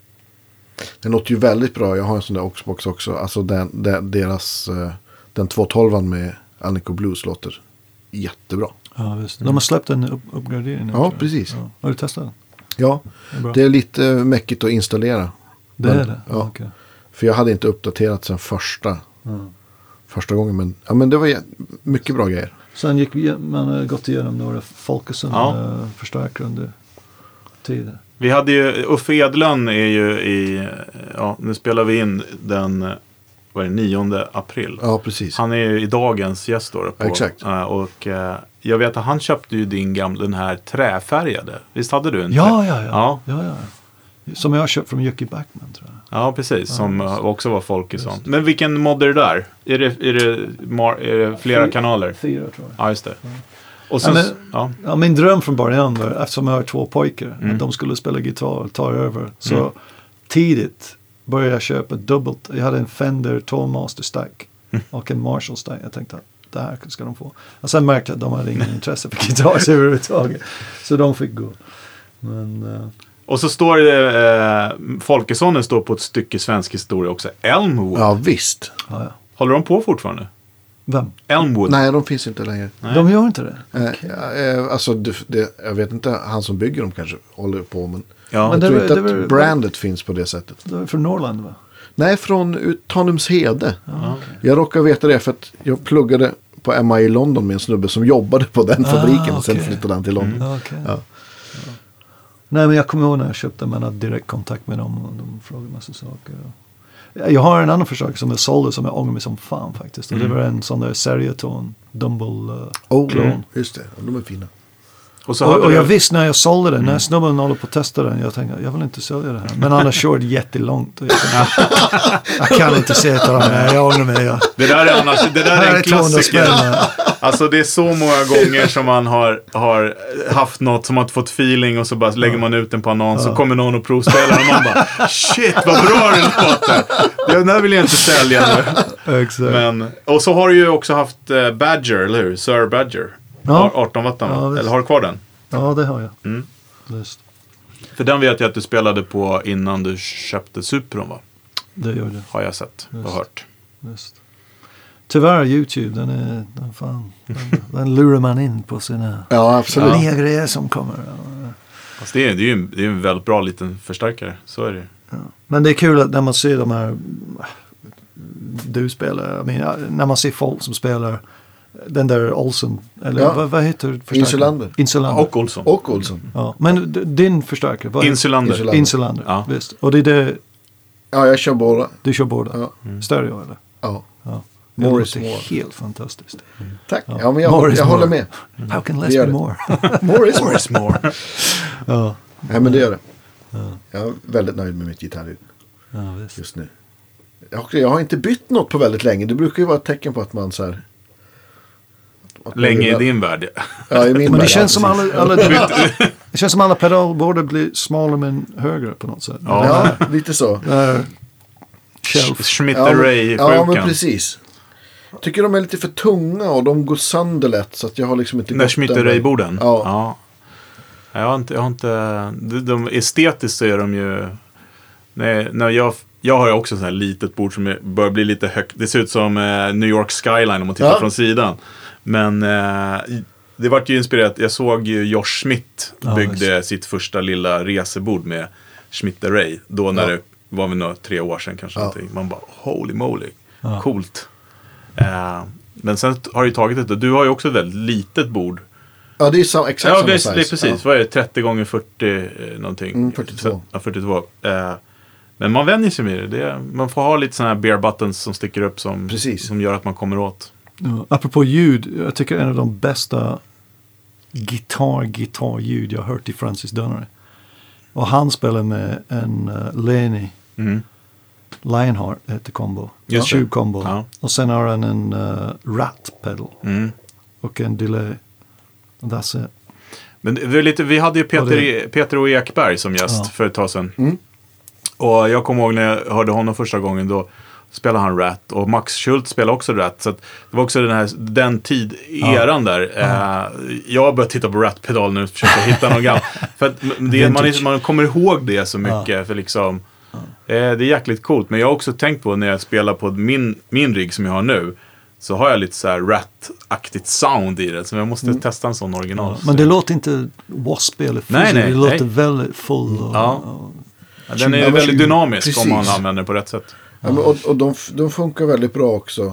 Den låter ju väldigt bra. Jag har en sån där Oxbox också. Alltså den, den, deras, den tvåhundratolv med Alnico Blues låter jättebra. Ja, visst. De har släppt en upp- uppgradering. Ja, precis. Ja. Har du testat den? Ja, det är, det är lite mäckigt att installera. Det men, är det? Ja. Okay. För jag hade inte uppdaterat sen första, mm. första gången. Men, ja, men det var mycket bra grejer. Sen gick man har gått igenom några Folkesen ja. förstärkare under tiden. Vi hade ju, Uffe Edlund är ju i, ja nu spelar vi in den, vad är det, nionde april. Ja, precis. Han är ju i dagens gäst då. På, ja, exakt. Och jag vet att han köpte ju din gamla, den här träfärgade. Visst hade du en? Ja, ja, ja. ja. ja, ja. Som jag har köpt från Jocke Backman tror jag. Ja, precis. Som ja, också var Folkesson. Men vilken mod är det där? Är det, är det, är det flera fyra, kanaler? Fyra tror jag. Ja, just det. Ja. Och sen, ja, men, ja. Ja, min dröm från början var, eftersom jag har två pojkar, mm. att de skulle spela gitarr och ta över. Så mm. tidigt började jag köpa dubbelt. Jag hade en Fender Tollmaster stack mm. och en Marshall stack. Jag tänkte att det här ska de få. Och sen märkte jag att de hade ingen intresse för gitarr överhuvudtaget. Så de fick gå. Men, uh... Och så står det, eh, Folkessonen står på ett stycke svensk historia också. Elmwood. Ja, visst. Ja, ja. Håller de på fortfarande? Vem? Elmwood. Nej, de finns inte längre. Nej. De gör inte det? Okay. Eh, alltså, det, det, jag vet inte, han som bygger dem kanske håller på, men, ja. jag men tror var, inte att var, brandet var, finns på det sättet. Det var från Norrland va? Nej, från Tanumshede. Ah, okay. Jag råkar veta det för att jag pluggade på M I i London med en snubbe som jobbade på den ah, fabriken. Och okay. sen flyttade han till London. Mm. Okay. Ja. Ja. Nej, men jag kommer ihåg när jag köpte, men hade direkt kontakt med dem och de frågade massa saker. Jag har en annan försök som jag sålde som jag ångrar mig som fan faktiskt. Och mm. det var en sån där Seriaton Dumble uh, oh, klon. Mm. Just det, de är fina. Och, så och, och jag visste när jag sålde den, mm. när snubben håller på att testa den, jag tänkte, jag vill inte sälja det här. Men han har kört jättelångt. Och jag, tänkte, jag kan inte säga till honom, jag ångrar mig. Jag. Det där är, annars, det där är en klassiker. Alltså det är så många gånger som man har, har haft något som man inte fått feeling och så bara lägger man ut den på annons ja. Så kommer någon och provspelar och man bara, shit vad bra det låter. Den där vill jag inte sälja nu. Exakt. Men, och så har du ju också haft uh, Badger, eller hur? Sir Badger. Ja. arton wattarna. Ja, eller har du kvar den? Ja, det har jag. Mm. Just. För den vet jag att du spelade på innan du köpte Supron, va? Det gör det. Har jag sett och hört. Just. Tyvärr YouTube, den är den fan, den, den lurar man in på sina ja, absolut. nya grejer som kommer. Ja. Alltså det är, det är ju en, det är en väldigt bra liten förstärkare, så är det. Ja. Men det är kul att när man ser de här du spelar, jag menar, när man ser folk som spelar den där Olsen, eller ja. vad, vad heter förstärkaren? Insulander. Insulander. Och Olsen. Och Olsen. Ja. Men d- din förstärkare? Vad Insulander. Insulander, Insulander. Ja. Visst. Och det är det... Ja, jag kör båda. Du kör båda? Ja. Mm. Stereo, eller? Ja. Ja. Morris det är more. helt fantastiskt. Mm. Tack. Ja, ja men jag, jag, jag håller med. Mm. How can less be more? More is more. Is more. Ja. Ja, men det gör det. Ja. Jag är väldigt nöjd med mitt gitarrljud ja, just nu. Jag, jag har inte bytt något på väldigt länge. Det brukar ju vara ett tecken på att man så här... Länge i din värld. Ja, i min Men värld, det känns som precis. alla, alla, det känns som alla pedalborden blir smalare men högre på något sätt. Ja. Ja, lite så. Uh, shelf. Schmitt-Array-sjukan. Ja, men precis. Jag tycker de är lite för tunga och de går sönder lätt så att jag har liksom inte... När Schmitt-Array-borden? Ja. ja. Jag har inte... Jag har inte de, de, estetiskt så är de ju... Nej, när jag... Jag har ju också så här litet bord som är, börjar bli lite högt. Det ser ut som eh, New York Skyline om man tittar ja. från sidan. Men eh, det var ju inspirerat. Jag såg ju Josh Schmidt byggde ja, sitt första lilla resebord med Schmitt-Array. Då när ja. det var väl några tre år sedan kanske. Ja. Man bara, holy moly. Ja. Coolt. Eh, men sen har du ju tagit det. Du har ju också ett väldigt litet bord. Ja, det är så, exakt ja, samma det, size. Det är precis. Ja. Vad är det? trettio gånger fyrtio eh, någonting. Mm, fyrtiotvå. Ja, fyrtiotvå. Eh, Men man vänjer sig med det. det är, man får ha lite sådana här bear buttons som sticker upp som, som gör att man kommer åt. Ja, apropå ljud, jag tycker en av de bästa gitarr-gitarr-ljud jag har hört i Francis Dunnery. Och han spelar med en uh, Lenny mm. Lionheart heter combo. Just Tube combo. Ja. Och sen har han en uh, rat pedal. Mm. Och en delay. Och that's it. Men vi, lite, vi hade ju Peter, det... Peter O. Ekberg som gäst ja. för ett tag sedan. Mm. Och jag kommer ihåg när jag hörde honom första gången, då spelade han Rat. Och Max Schultz spelade också Rat. Så att det var också den här den tid, eran ja. där. Ja. Eh, jag började titta på Rat-pedal nu och försöka hitta någon gammal. För att det, man, man kommer ihåg det så mycket. Ja. För liksom, ja. eh, det är jäkligt coolt. Men jag har också tänkt på när jag spelar på min, min rigg som jag har nu. Så har jag lite så här Rat-aktigt sound i det. Så jag måste mm. testa en sån original. Ja. Men det låter inte wasp eller fuzzy. Nej, nej, det låter nej. väldigt full. Och, ja. och, Ja, den är ja, väldigt dynamisk precis. Om man använder den på rätt sätt. Ja, men, och och de, de funkar väldigt bra också.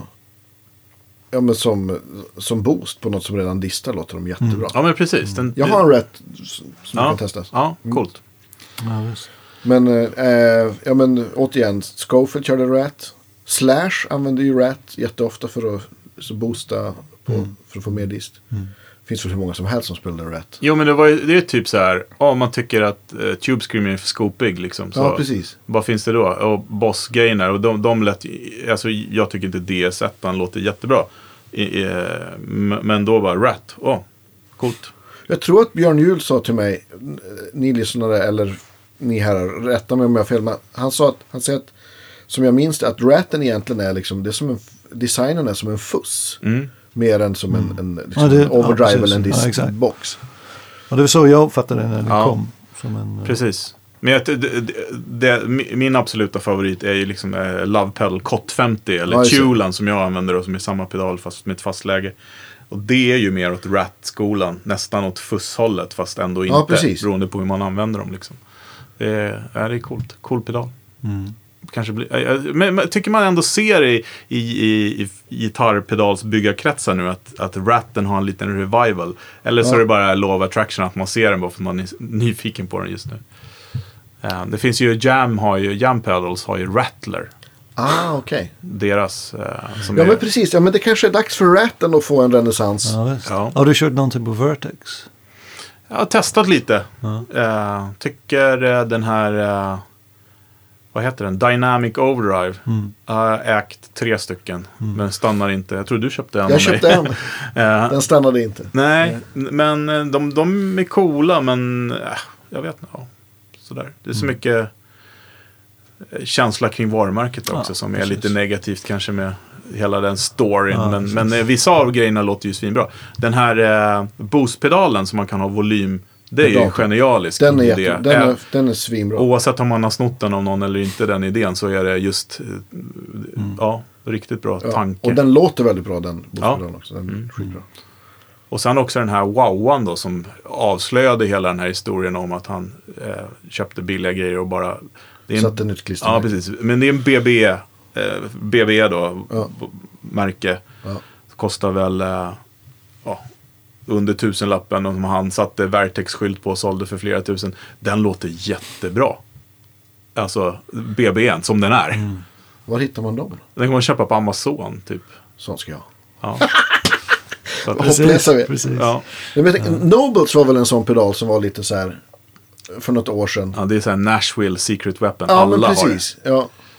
Ja, men som, som boost på något som redan distar låter de jättebra. Mm. Ja, men precis. Den, jag har en rätt som ja, kan testas. Ja, coolt. Mm. Ja, just. Men, äh, ja, men återigen, Scofield körde Rat. Slash använder ju Rat jätteofta för att så boosta på, mm. för att få mer dist. Mm. Det finns så många som helst som spelar Rat. Jo, men det, var, det är typ så här, om man tycker att uh, Tube Screamer är för skopig liksom. Så ja, precis. Vad finns det då? Och Boss Gainer, och de, de lät, alltså jag tycker inte D S ett låter jättebra. I, i, men då var Rat, åh, oh, coolt. Jag tror att Björn Juhl sa till mig, ni lyssnare eller ni herrar, rätta mig om jag har fel, men han sa att, han säger att, som jag minns det, att Ratten egentligen är liksom, det är som en, designen är som en fuss. Mm. Mer än som en, en, liksom ja, det, en overdrive ja, eller en distbox. Ja, det var så jag uppfattade det när den ja, kom. Som en, precis. Men jag, det, det, det, min absoluta favorit är ju liksom eh, Love Pedal C O T femtio eller ja, Tulan som jag använder och som är samma pedal fast med ett fast läge. Och det är ju mer åt Rat-skolan, nästan åt fusshållet fast ändå inte, ja, beroende på hur man använder dem liksom. Det är, ja, det är coolt, cool pedal. Mm. Kanske blir, men, men tycker man ändå ser i, i, i, i gitarrpedalsbyggarkretsar nu att, att Ratten har en liten revival. Eller så ja. är det bara law of attraction att man ser den bara för att man är nyfiken på den just nu. Uh, det finns ju Jam, har ju Jam Pedals har ju Rattler. Ah, okej. Okay. Deras uh, som ja, är, men precis. Ja, men det kanske är dags för Ratten att få en renässans. Ja, ja. Har du kört någonting på Vertex? Jag har testat lite. Ja. Uh, tycker uh, den här... Uh, vad heter den? Dynamic Overdrive. Mm. Jag har ägt tre stycken. Mm. Men stannar inte. Jag tror du köpte en. Jag köpte en. Den stannade inte. Nej, men de, de är coola. Men äh, jag vet inte. Ja, sådär. Det är så mm. mycket känsla kring varumärket också. Ja, som precis. Är lite negativt kanske med hela den storyn. Ja, men, men vissa av grejerna låter ju svinbra. Den här äh, boost-pedalen som man kan ha volym. Det är ju genialiskt. Den är, jätte, den är, den är svinbra. Oavsett om man har snott den av någon eller inte, den idén, så är det just mm. ja, riktigt bra ja, tanke. Och den låter väldigt bra, den ja. också. Den är mm. skitbra. Och sen också den här wowan då, som avslöjade hela den här historien om att han eh, köpte billiga grejer och bara... Det är en, satte nytt klistermärke. Ja, precis. Men det är en B B, eh, B B då, ja. märke. Ja. Kostar väl... Eh, ja, under tusenlappen, och han satte Vertex-skylt på och sålde för flera tusen. Den låter jättebra. Alltså B B N som den är. Mm. Var hittar man dem? Den kan man köpa på Amazon typ. Sånt ska jag. Ja. Så, precis, precis. Ja. Jag vet, Nobles var väl en sån pedal som var lite så här för något år sedan. Ja, det är så här Nashville Secret Weapon. Ja, alla men precis. har det. Ja.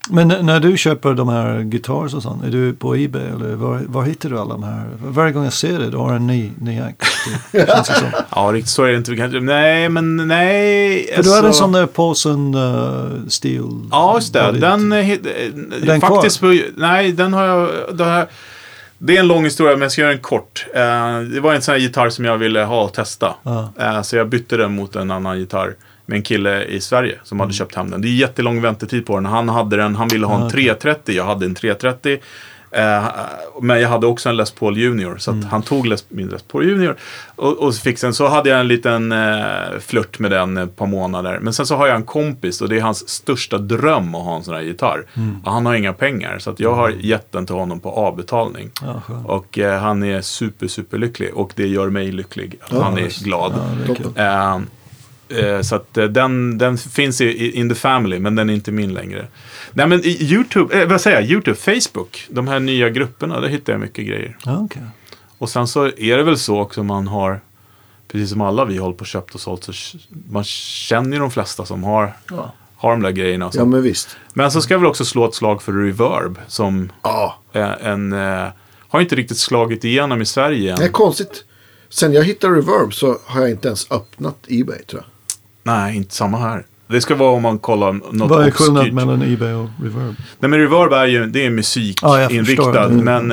Men n- när du köper de här guitars och sånt, är du på eBay eller var, var hittar du alla de här? Varje gång jag ser det, du har en ny, ny act. Det känns det som. Ja, riktigt så är det inte. Vi kan, nej, men nej. För du hade en sån där Paulson uh, Steel. Ja, just det. body. Den, eh, den faktiskt, på, nej, den har jag, den har, det är en lång historia, men jag ska göra en kort. Eh, det var en sån här gitarr som jag ville ha och testa. Ja. Eh, så jag bytte den mot en annan gitarr med en kille i Sverige som hade köpt hem den. Det är jättelång väntetid på den. Han hade den, han ville ha en Ja, okej. tre trettio, jag hade en tre trettio. Eh, men jag hade också en Les Paul Junior, så att han tog Les, min Les Paul Junior och, och fick sen, så hade jag en liten eh, flört med den ett par månader. Men sen så har jag en kompis och det är hans största dröm att ha en sån här gitarr. Och han har inga pengar, så att jag har gett den till honom på avbetalning. Ja, skönt. Och eh, han är super, super lycklig. Och det gör mig lycklig att Ja, han är visst. glad. Ja, det är kul. Eh, eh, så att eh, den, den finns i, i in the family, men den är inte min längre. Nej, men i YouTube, eh, vad säger jag? YouTube, Facebook, de här nya grupperna, där hittar jag mycket grejer. Ja, okej. Och sen så är det väl så också, man har, precis som alla vi håller på köpt och sålt, så man känner ju de flesta som har, Ja. har de där grejerna. Ja, men visst. Men så ska jag väl också slå ett slag för Reverb, som Ja, är en, eh, har inte riktigt slagit igenom i Sverige än. det är konstigt. Sen jag hittade Reverb så har jag inte ens öppnat eBay, tror jag. Nej, inte samma här. Det ska vara om man kollar något Vad är skillnaden obskyrt. mellan eBay och Reverb? Nej, men Reverb är ju, det är Ja, jag musikinriktad. förstår. Men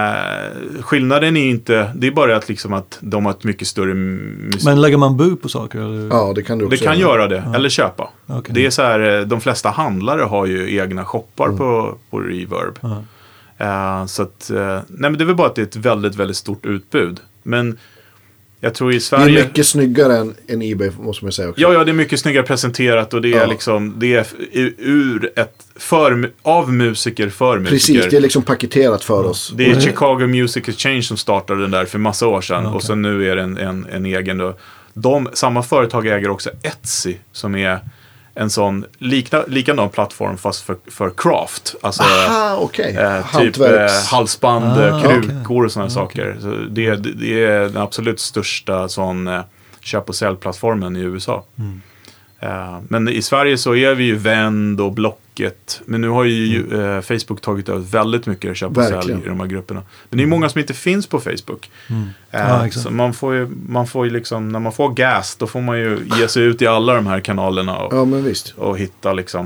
eh, skillnaden är inte, det är bara att, liksom att de har ett mycket större musik. Men lägger man bu på saker? Eller? Ja, det kan du också Det kan göra det, eller köpa. Okej. Det är så här, eh, de flesta handlare har ju egna shoppar Mm. på, på Reverb. Ja. Eh, så att, eh, nej, men det är väl bara att det är ett väldigt, väldigt stort utbud. Men jag tror i Det Sverige... är mycket snyggare än, än eBay, måste man säga också. Ja, ja, det är mycket snyggare presenterat och det är Ja. liksom, det är ur ett, för, av musiker för musiker. Precis, det är liksom paketerat för oss. Det är Och- Chicago Music Exchange som startade den där för massa år sedan. Okej. Och sen nu är det en, en, en egen då. De, samma företag äger också Etsy, som är en sån likna, likadan plattform fast för, för craft. Alltså Aha, okej. eh, typ Hantverks... eh, halsband, Ah, eh, okej. krukor och sådana saker. Så det, det, det är den absolut största sån eh, köp- och säljplattformen i U S A. Mm. Eh, men i Sverige så är vi ju Vend och Blocket. Men nu har ju eh, Facebook tagit över väldigt mycket köp och sälj Verkligen. i de här grupperna. Men det är många som inte finns på Facebook. Mm. Eh, Ja, exakt. så man får ju, man får ju liksom, när man får gas, då får man ju ge sig ut i alla de här kanalerna och, Ja, men visst. och hitta liksom.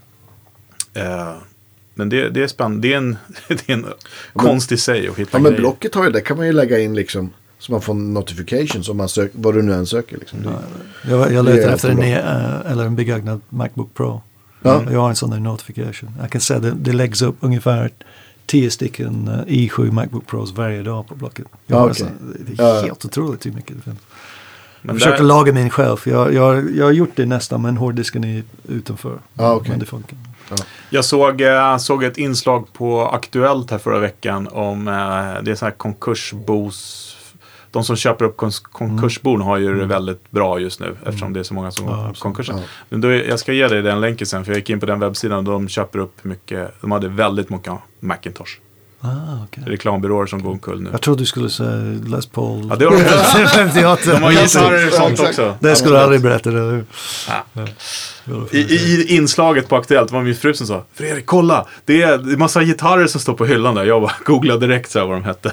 Eh, men det, det är spännande. Det är en, det är en konst i sig att hitta Ja, men grejer. Blocket har ju, det kan man ju lägga in liksom, så man får notifications om man söker, vad du nu än söker liksom. Det, Jag, jag Det letar är efter en, jättebra. eh, eller en begagnad Macbook Pro. Ja. Jag har en sån där notification. Jag kan säga att det, det läggs upp ungefär tio stycken eh, i sju Macbook Pros varje dag på Blocket. Jag Ja, har okej. sån- det är Ja. helt otroligt hur mycket det finns. Jag Men försöker där- laga min själv. För jag, jag, jag har gjort det nästan, men hårddisken är utanför. Ja, okej. Men det funkar. Jag såg, eh, såg ett inslag på Aktuellt här förra veckan om eh, det är så här konkursbos. De som köper upp kons- konkursbon har ju det väldigt bra just nu eftersom det är så många som Ja, går absolut. konkursen. Ja. Men då, är- jag ska ge dig den länken sen, för jag gick in på den webbsidan och de köper upp mycket. De hade väldigt mycket Macintosh. Ah, okay. Reklambyråer som går omkull nu. Jag trodde du skulle säga Les Paul. Ja, det har de också. femtioåtta. De har gitarrer och Ja, sånt exakt. också. Det skulle du aldrig berätta. Det. Ja. I, I inslaget på Aktuellt var min fru som sa: Fredrik, kolla! Det är, det är massa gitarrer som står på hyllan där. Jag bara googlade direkt så här vad de hette.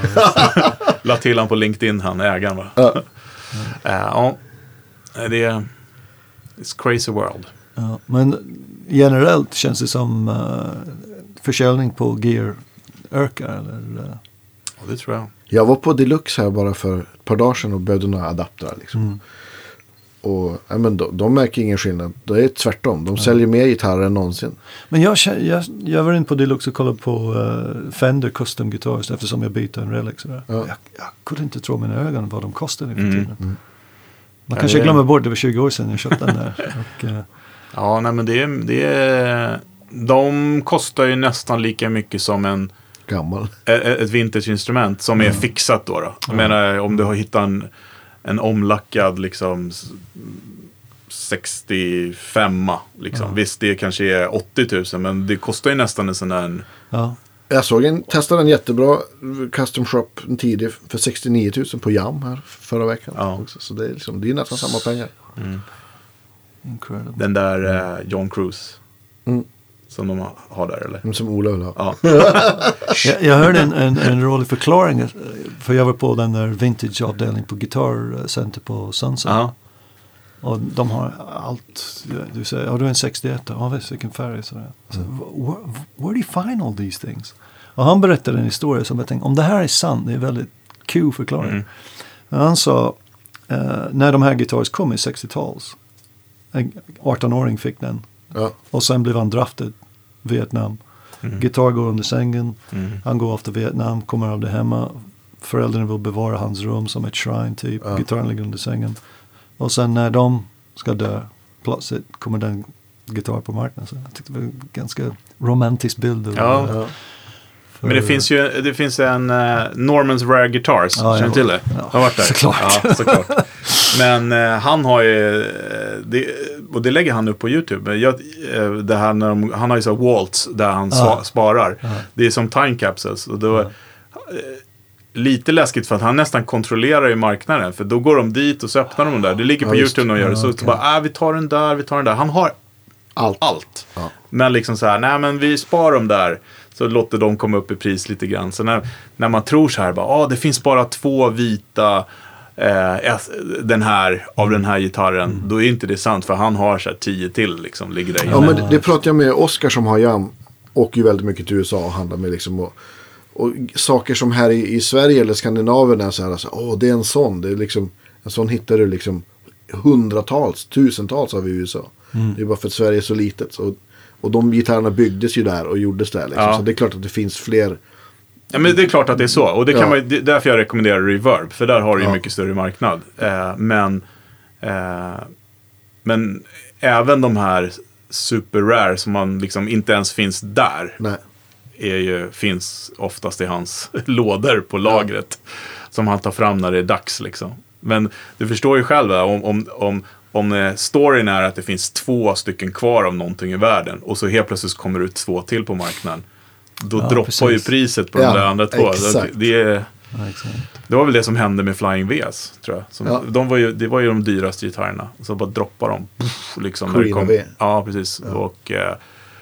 La till han på LinkedIn, han ägaren va. Ja. Eh, Ja, det är it's crazy world. Ja, men generellt känns det som uh, försäljning på gear ökar. Eller, uh, Ja, det tror jag. Jag var på Deluxe här bara för ett par dagar sedan och behövde några adaptrar liksom. Mm. Och ja, men de, de märker ingen skillnad. Det är tvärtom. De säljer mer gitarrer än någonsin. Men jag, kä- jag, jag var in på Deluxe och kollade på uh, Fender Custom Guitars eftersom jag bytte en Relic. Sådär. Ja. Jag, jag kunde inte tro mina ögon vad de kostade nu för Mm. tiden. Man Ja, kanske det- glömmer bort, det var tjugo år sedan jag köpte den där. Och, uh, Ja, nej men det är, det är... De kostar ju nästan lika mycket som en, Gammal. ett ett vintageinstrument som är fixat då. då. Jag menar, om du har hittat en, en omlackad liksom s- sextiofem liksom. Ja. Visst, det kanske är åttio tusen, men det kostar ju nästan en sån där... ja. Jag såg en, testade en jättebra custom shop en tidig för sextionio tusen på Jam här förra veckan. Ja. Också. Så det är, liksom, det är nästan samma pengar. Incredible. Den där eh, John Cruise. Mm. som de har där, eller? Som Ola vill ha. Ja. jag, jag hörde en, en, en rolig förklaring, för jag var på den där vintage-avdelning på Guitar Center på Sunset. Ja. Och de har allt, du säger, ja du är en sextioett, ja visst vilken färg. Sådär. Så, Mm. where, where do you find all these things? Och han berättade en historia som jag tänkte, om det här är sant, det är väldigt kul förklaring. Mm. Han sa, eh, när de här gitarrs kom i sextio-tals, en arton-åring fick den. Ja. Och sen blev han draftad Vietnam. Mm. Gitarr går under sängen. Mm. Han går efter Vietnam, kommer av det hemma. Föräldrarna vill bevara hans rum som ett shrine typ. Ja. Gitarren ligger under sängen. Och sen när de ska dö, plötsligt kommer den gitarr på marknaden. Så jag tyckte det var en ganska romantisk bild. Av, Ja. Ja. för, Men det finns ju det finns en uh, Normans Rare Guitars, Ja, känner ja. du till det? Ja, har varit där. såklart. Ja, såklart. Men uh, han har ju, uh, det, och det lägger han upp på YouTube. Jag, uh, det här när de, han har ju så waltz där han Ja. spa, sparar. Ja. Det är som time capsules. Och då, Ja. uh, lite läskigt för att han nästan kontrollerar ju marknaden. För då går de dit och så öppnar de där. Det ligger på Ja, just. YouTube och gör det. Ja, Så, okay. så bara, äh, vi tar den där, vi tar den där. Han har Allt. allt. Ja. Men liksom så här, nej men vi sparar dem där. Så låter de komma upp i pris lite grann. Så när, när man tror så här, bara, ah, det finns bara två vita eh, den här, av den här gitarren. Mm. Då är inte det sant, för han har så här tio till liksom, ligger där inne. Ja, men det, det pratar jag med Oskar som har jam. Åker ju väldigt mycket till U S A och handlar med liksom. Och, och saker som här i, i Sverige eller Skandinavien är så här, alltså, åh, det är en sån. Det är liksom, en sån hittar du liksom hundratals, tusentals av i U S A. Mm. Det är bara för att Sverige är så litet. Så, och de gitarrerna byggdes ju där och gjordes där. Liksom. Ja. Så det är klart att det finns fler. Ja, men det är klart att det är så. Och det kan Ja. man, det är därför jag rekommenderar Reverb. För där har du ju Ja. mycket större marknad. Eh, men, eh, men även de här super rare som man liksom inte ens finns där. Nej. Är ju, finns oftast i hans lådor på lagret. Ja. Som han tar fram när det är dags liksom. Men du förstår ju själv där, om, om, om, om storyn är att det finns två stycken kvar av någonting i världen. Och så helt plötsligt kommer det ut två till på marknaden. Då Ja, droppar precis. ju priset på Ja, de där andra två. exakt. Det, är, Ja, exakt. det var väl det som hände med Flying V S, tror jag. Som, Ja. de var ju, det var ju de dyraste gitarrerna. Så bara droppar de. Puff, liksom, när det Corina kom, V. ja, precis. Ja. Och eh,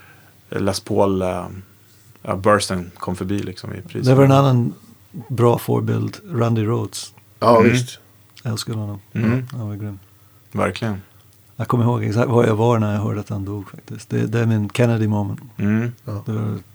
Les Paul, eh, ja, Bursten kom förbi liksom i priset. Det var en annan bra förebild, Randy Rhoads. Ja, Mm. visst. Jag älskar honom. Mm. Han var grym. Verkligen. Jag kommer ihåg exakt var jag var när jag hörde att han dog faktiskt. Det, det är min Kennedy moment. Mm. Det var en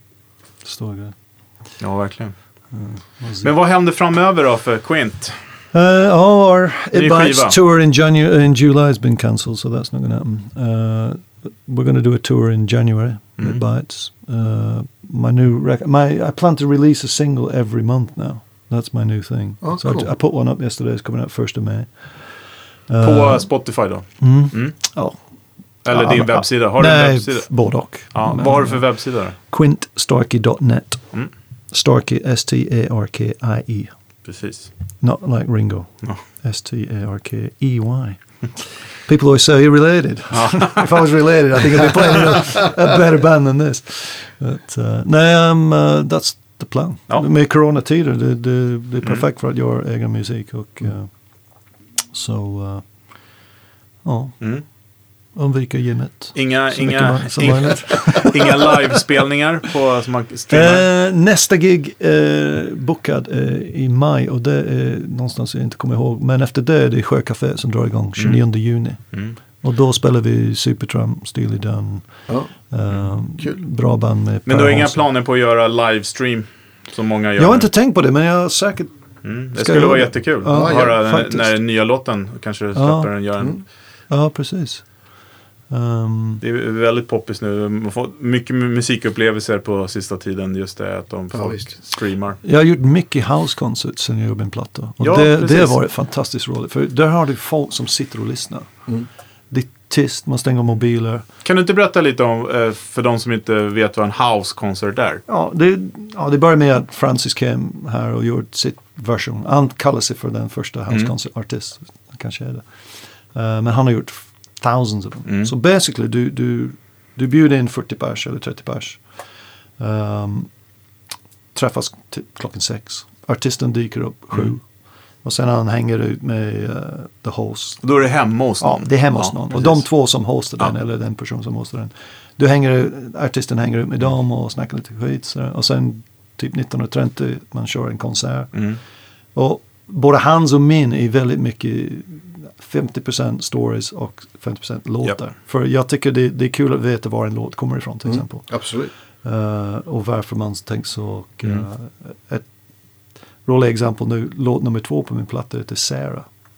stor grej. Ja, verkligen. Mm. Men vad händer framöver då för Quint? Uh, oh, our Ny It Bites skiva. tour in January in July has been cancelled, so that's not going to happen. Uh, we're going to do a tour in January. Mm. It Bites. Uh, my new rec- my I plan to release a single every month now. That's my new thing. Oh, so cool. I, I put one up yesterday. It's coming out first of May. På Uh, Spotify då? mm, Mm. ja. Eller Ja, din men- webbsida? Har du en Nej, webbsida? både och. Ja, Men, vad har du för webbsida då? quint starkey dot net. Mm. Starkey, S T A R K I E. Precis. Not like Ringo. No. S T A R K E Y. People always say, are you related? If I was related, I think I'd be playing in a, a better band than this. But, uh, nej, um, uh, that's the plan. Ja. Med coronatider, det, det, det är perfekt för att göra egen musik. Och, uh, så, uh, ja, Mm. undvika gymmet. Inga, Så inga, mycket som inga, möjligt. inga livespelningar på, som man streamar? Eh, nästa gig är bokad eh, i maj och det är någonstans jag inte kommer ihåg. Men efter det är det Sjöcafé som drar igång tjugonionde juni. Mm. Och då spelar vi Supertramp, Steely Dan. Ja. Eh, Kul. Bra band med Men Per du har inga Hansson. planer på att göra livestream som många gör? Jag har nu? inte tänkt på det, men jag har säkert... Mm, det Ska skulle jag vara göra det? jättekul. Ja, att ja, höra när, faktiskt. när den nya låten kanske släpper Ja. den. Gör en, Mm. Ja, precis. Um, Det är väldigt poppis nu. Man får mycket mu- musikupplevelser på sista tiden. Just det att de Ja, folk visst. streamar. jag har gjort mycket house-concerts sen jag jobbade med en platta. Och Ja, det, precis. det har varit fantastiskt roligt. För där har du folk som sitter och lyssnar. Mm. Det är tyst, man stänger mobiler. Kan du inte berätta lite om, eh, för de som inte vet vad en house-konsert är? Ja, det, ja, det började med att Francis came här och gjorde sitt version. Han kallar sig för den första house-concert-artist. Kanske är det. Uh, men han har gjort thousands of dem. Mm. Så basically, du, du, du bjuder in fyrtio pers eller trettio pers. Um, träffas typ klockan sex. Artisten dyker upp sju. Mm. Och sen han hänger ut med uh, the host. Och då är det hemma hos någon? Ja, det är hemma hos ja, någon. precis. Och de två som hostar den, Ja. eller den person som hostar den. Du hänger, artisten hänger ut med dem och snackar lite skit. Så, och sen typ nitton trettio man kör en konsert. Mm. Och både hans och min är väldigt mycket femtio procent stories och femtio procent låtar. Yep. För jag tycker det, det är kul att veta var en låt kommer ifrån till Mm. exempel. Absolut. Uh, och varför man tänker så. Och, Mm. uh, ett roligt exempel nu, låt nummer två på min platta heter Sarah.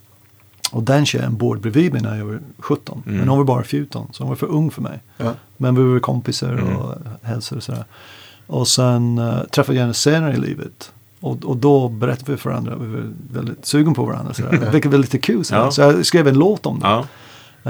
Och den tjejen bor bredvid mig när jag var sjutton. Mm. Men hon var bara fjorton, så hon var för ung för mig. Ja. Men vi var kompisar Mm. och hälsade och sådär. Och sen uh, träffade jag henne senare i livet. Och, och då berättade vi för varandra. Vi var väldigt sugen på varandra. Sådär. Vilket var lite kul. Sådär. Ja. Så jag skrev en låt om det. Ja. Uh,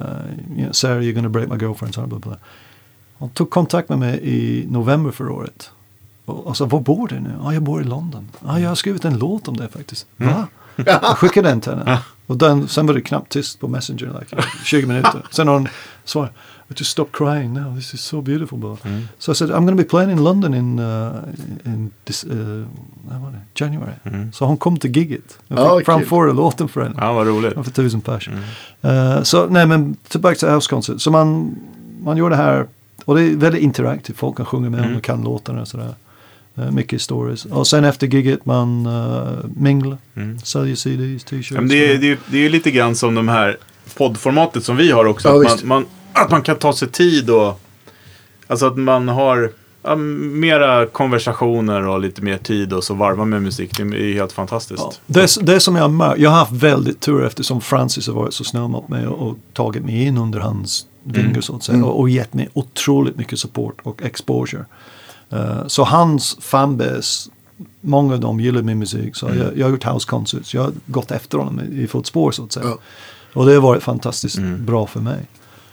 you know, Sarah, you're gonna break my girlfriend. Blah, blah, blah. Hon tog kontakt med mig i november förra året. Och, och så, var bor du nu? Ja, ah, jag bor i London. Ja, ah, jag har skrivit en låt om det faktiskt. Mm. Va? Jag skickade den till henne. Och den, sen var det knappt tyst på Messenger. Like, tjugo minuter. Sen har hon svarat. Just stop crying now. This is so beautiful. Mm. So I said, I'm going to be playing in London in, uh, in this, uh, vad var det? January. Mm. Så hon kom till gigget. Jag Ja, fick framföra låten för henne. Ja, vad roligt. För tusen pers. Mm. Uh, så nej, men tillbaka till House Concert. Så man, man gjorde det här. Och det är väldigt interaktivt. Folk kan sjunga med Mm. om och kan låtarna och sådär. Uh, mycket stories. Och sen efter gigget man uh, minglar. Mm. Säljer C Ds, t-shirts. Ja, men det, är, det, är, det är lite grann som de här poddformatet som vi har också. Ja, att, visst. man, man, att man kan ta sig tid och alltså att man har ja, mera konversationer och lite mer tid och så varva med musik. Det är helt fantastiskt. Ja. Det, det som jag märkt, jag har haft väldigt tur eftersom Francis har varit så snäll mot mig och, och tagit mig in under hans vingar Mm. så att säga. Mm. Och, och gett mig otroligt mycket support och exposure. Uh, så hans fanbase, många av dem gillar min musik. Så Mm. jag, jag har gjort house concerts. Jag har gått efter honom i, i fotspår så att säga. Ja. Och det har varit fantastiskt Mm. bra för mig.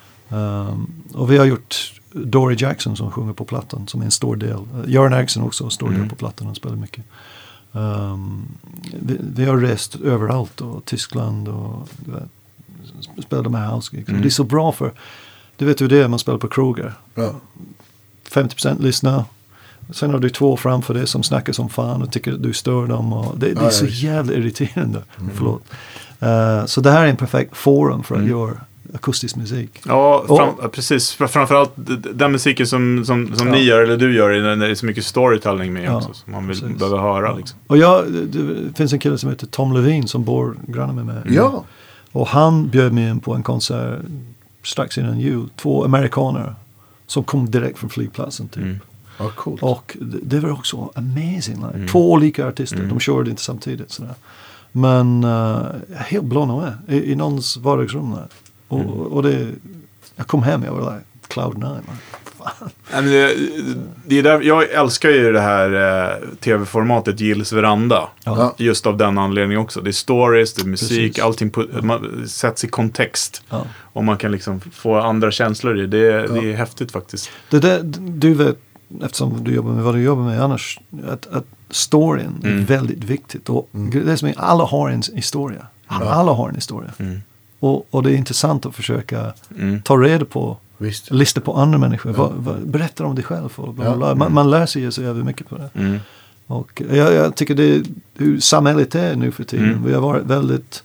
Um, och vi har gjort Dory Jackson som sjunger på plattan som är en stor del. Uh, Göran Eriksson också en stor Mm. del på plattan. Han spelar mycket. Um, vi, vi har rest överallt och Tyskland och du vet, spelar de här house gigs. Mm. Det är så bra för, du vet hur det är man spelar på krogar. Ja. femtio procent lyssnar. Sen har du två framför dig som snackar som fan och tycker att du stör dem. Och det, det är Ja, så ja. jävla irriterande. Förlåt. Uh, så det här är en perfekt forum för att Mm. göra akustisk musik. Ja, fram, Och- precis. Fr- Framförallt d- d- den musiken som, som, som Ja. ni gör eller du gör är när det är så mycket storytelling med Ja, också. Som man vill, precis. behöver höra. Ja. Liksom. Och jag, det, det finns en kille som heter Tom Levine som bor granne med mig. Ja. Och han bjöd mig in på en konsert strax innan jul. Två amerikaner som kom direkt från flygplatsen typ. Mm. Ja, coolt. Och det, det var också amazing. Like. Mm. Två olika artister. Mm. De körde inte samtidigt. Sådär. Men uh, helt blown away. I, i någons vardagsrum där. Och, Mm. och det, jag kom hem jag var like cloud nine. Like, fan. Nej, men det, det är där, jag älskar ju det här eh, tv-formatet Gills veranda. Ja. Just av den anledningen också. Det är stories, det är musik, Precis. allting på, man, sätts i kontext. Ja. Och man kan liksom få andra känslor i det. Det är häftigt faktiskt. Det där, du vet, eftersom du jobbar med vad du jobbar med annars, att, att storyn Mm. är väldigt viktigt. Och Mm. det är som är, alla har en historia. Alla har en historia. Mm. Och, och det är intressant att försöka Mm. ta reda på, Visst. lyssna på andra människor. Ja. Vad, vad, berätta om dig själv. Och bla, bla, Ja. bla. Man, man lär sig ju så jävligt mycket på det. Mm. Och jag, jag tycker det är hur samhället är nu för tiden. Mm. Vi har varit väldigt,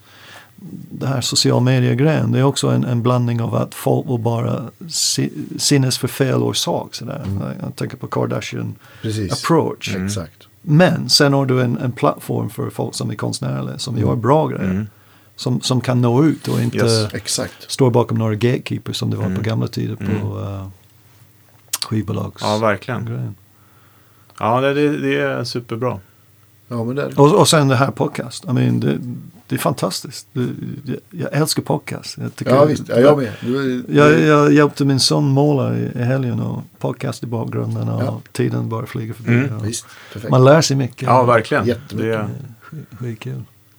det här social media-grejen, det är också en, en blandning av att folk vill bara si, sinnes för fel och sak. Sådär. Mm. Jag tänker på Kardashian Precis. approach. Mm. Exakt. Men sen har du en, en plattform för folk som är konstnärliga, som Mm. gör bra grejer. Mm. Som, som kan nå ut och inte Yes. Exakt. står bakom några gatekeepers som det var Mm. på gamla tider på Mm. uh, skivbolags Ja, verkligen. grejen. Ja, det, det, det är superbra. Ja, men det är Och, och sen det här podcast. I mean, det, det är fantastiskt. Det, jag, jag älskar podcast. Jag, tycker, Ja, visst. Ja, jag med. Du, Jag, jag hjälpte min son måla i, i helgen och podcast i bakgrunden och Ja. tiden bara flyger förbi. Mm. Och Visst. Perfekt. man lär sig mycket. Ja, verkligen. Jättemycket. Det är, Skit- Skitkul.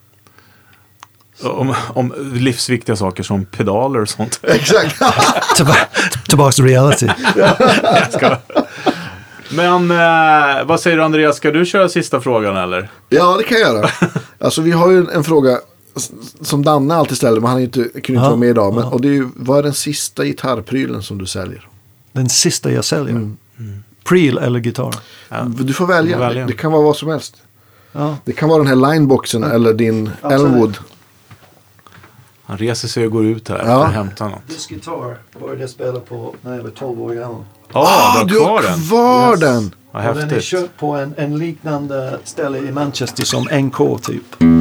om, om livsviktiga saker som pedaler och sånt. Exakt. Tillba- Tillbaks till reality. Jag ska... Men eh, vad säger du Andreas, ska du köra sista frågan eller? Ja, det kan jag göra. Alltså vi har ju en, en fråga s- som Danne alltid ställer, men han är inte, kunde inte Ja, vara med idag. Men, ja. Och det är ju, vad är den sista gitarrprylen som du säljer? Den sista jag säljer. Mm. Pryl eller gitarr. Ja. Du får välja. Du får välja. Det, det kan vara vad som helst. Ja. Det kan vara den här lineboxen eller din Absolut. Elmwood. Han reser sig och går ut här Ja. för att hämta något. This guitar började jag spela på när jag var tolv år gammal. Ja, Ah, du du har kvar har den. kvar Yes. den! Vad Och den är häftigt. köpt på en, en liknande ställe i Manchester som N K typ.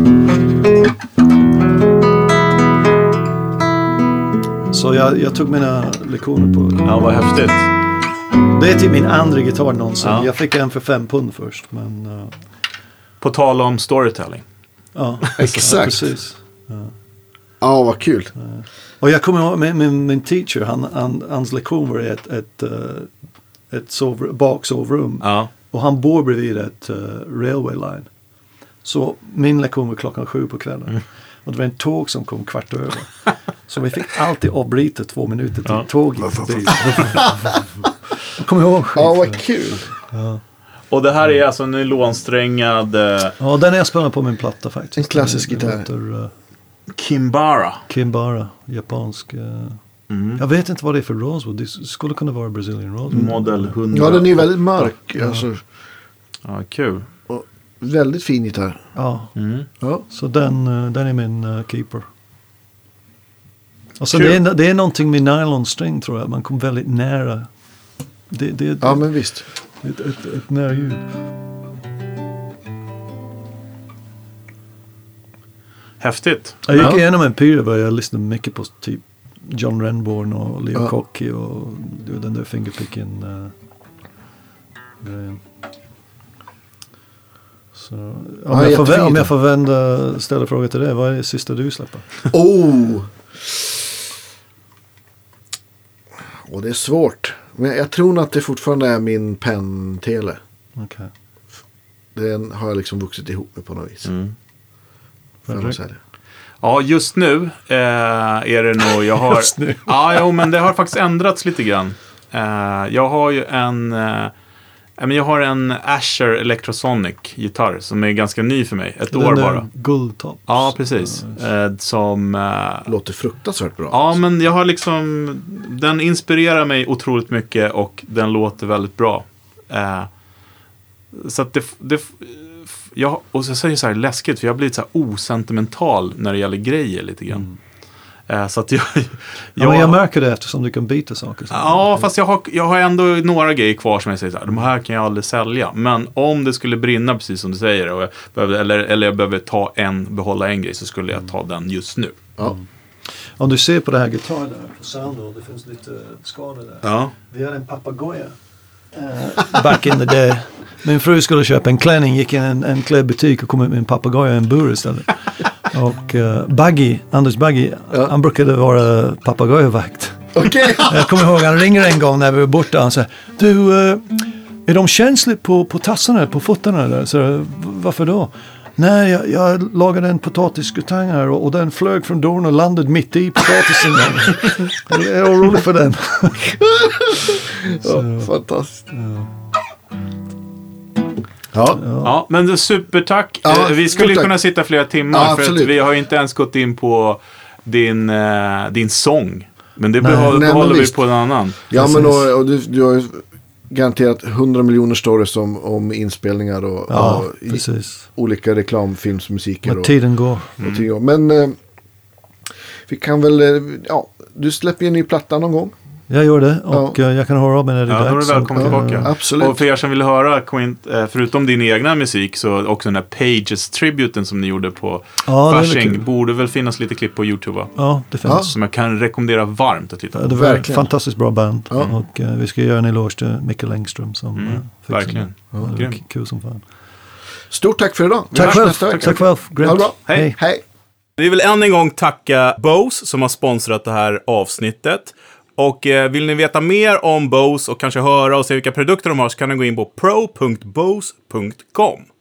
Så jag, jag tog mina lektioner på. Ja, vad häftigt. Det är typ min andra gitarr någonsin. Ja. Jag fick en för fem pund först. Men uh, På tal om storytelling. ja, Exakt. Ja, precis. Ja, vad kul. Och jag kommer ihåg min, min, min teacher, han, han, hans lektion var i ett, ett, uh, ett sovr- baksovrum. Ja. Och han bor bredvid ett uh, railway line. Så min lektion var klockan sju på kvällen. Mm. Och det var en tåg som kom kvart över. Så vi fick alltid avbryta två minuter till Ja. tåg gick förbi. Jag kommer ihåg skit. Ja, vad kul. Och det här är alltså en nylonsträngad eh, Ja, den är jag spelat på min platta faktiskt. En klassisk Den- den gitarr. heter, uh, Kimbara. Kimbara, japansk. Uh, Mm. Jag vet inte vad det är för rosewood. Det skulle kunna vara Brazilian rosewood. Model hundra. Ja, den är väldigt mörk. Alltså, Ja, kul. väldigt fin gitarr. Ja, Mm. Ja. så den, uh, den är min uh, keeper. Och så Kul. det är, det är någonting med nylonstring tror jag. Man kommer väldigt nära. Det, det, Ja, men visst. Ett, ett, ett närljud. Häftigt. Jag gick Ja. igenom en period där jag lyssnade mycket på typ John Renborn och Leo Ja. Cocky och den där fingerpicken uh, grejen. Så, om, Ja, jag får, vä- jättefint. om jag får vända, ställa fråga till det, vad är det sista du släpper? Oh! Och det är svårt. Men jag tror nog att det fortfarande är min penntele. Okay. Den har jag liksom vuxit ihop med på något vis. Mm. Får jag nog säga det. Ja, just nu eh, är det nog, jag har... Just nu. Ja, jo, men det har faktiskt ändrats lite grann. Eh, jag har ju en... Eh, men jag har en Asher Electrosonic-gitarr som är ganska ny för mig. Ett Den år där bara. Guldtops. Ja, precis. Eh, som... Eh, Låter fruktansvärt bra. ja, men jag har liksom... Den inspirerar mig otroligt mycket och den låter väldigt bra. Eh, så att det... det jag, och så säger jag så här läskigt, för jag har blivit så här osentimental när det gäller grejer lite grann. Mm. Eh, så att jag... Ja, jag men jag märker det eftersom du kan byta saker. Så. Ja, fast jag har, jag har ändå några grejer kvar som jag säger så här, de här kan jag aldrig sälja. Men om det skulle brinna, precis som du säger, och jag behöver, eller, eller jag behöver ta en, behålla en grej, så skulle jag ta den just nu. Ja. Om du ser på det här gitarren där på Soundor, det finns lite skador där. Ja. Vi hade en papagoja. Uh, back in the day. Min fru skulle köpa en klänning, gick in i en, en klädbutik och kom ut med en papagoja i en bur istället. Och uh, Baggy, Anders Baggy, Ja. han brukade vara papagojavakt. Okej. Jag kommer ihåg, han ringer en gång när vi var borta. Han säger, du, uh, är de känsliga på, på tassarna, på fötterna där? Så, uh, varför då? Nej, jag, jag lagade en potatisgratang här och, och den flög från dörren och landade mitt i potatisen. Jag är orolig för den. Ja, fantastiskt. Ja. Ja, men det- supertack. Ja, Eh, vi skulle ju stort tack. kunna sitta flera timmar, Ja, för att absolut. vi har ju inte ens gått in på din, eh, din sång. Men det Nej. behåller, Nej, men behåller vi visst. på en annan. Ja, men Precis. och, och du, du har ju garanterat hundra miljoner stories om, om inspelningar och, Ja, och i, precis. olika reklamfilmsmusiker. Men Och, tiden går. och ting. Men eh, vi kan väl, eh, ja, du släpper ju en ny platta någon gång. Jag gör det och eh, jag kan höra av mig när det är Ja, då är dags. du välkommen Och, eh, tillbaka. Absolut. Och för er som vill höra, Quint, eh, förutom din egna musik, så också den här Pages-tributen som ni gjorde på Ja, det är väl Fasching, kul. borde väl finnas lite klipp på YouTube, va? Ja, det finns. Ja. Som jag kan rekommendera varmt att titta Ja, på. det var ett Verkligen. fantastiskt bra band. Ja. Och eh, vi ska göra en eloge till Mikael Engström som Mm, eh, fixade verkligen. det. Ja, det var Grym. k- kul som fan. Stort tack för idag. Vi Tack hörs själv. nästa vecka. Tack själv. Grymt. Ha det bra. Hej. Hej. Vi vill än en gång tacka Bose som har sponsrat det här avsnittet. Och eh, vill ni veta mer om Bose och kanske höra och se vilka produkter de har, så kan ni gå in på pro punkt bose punkt com.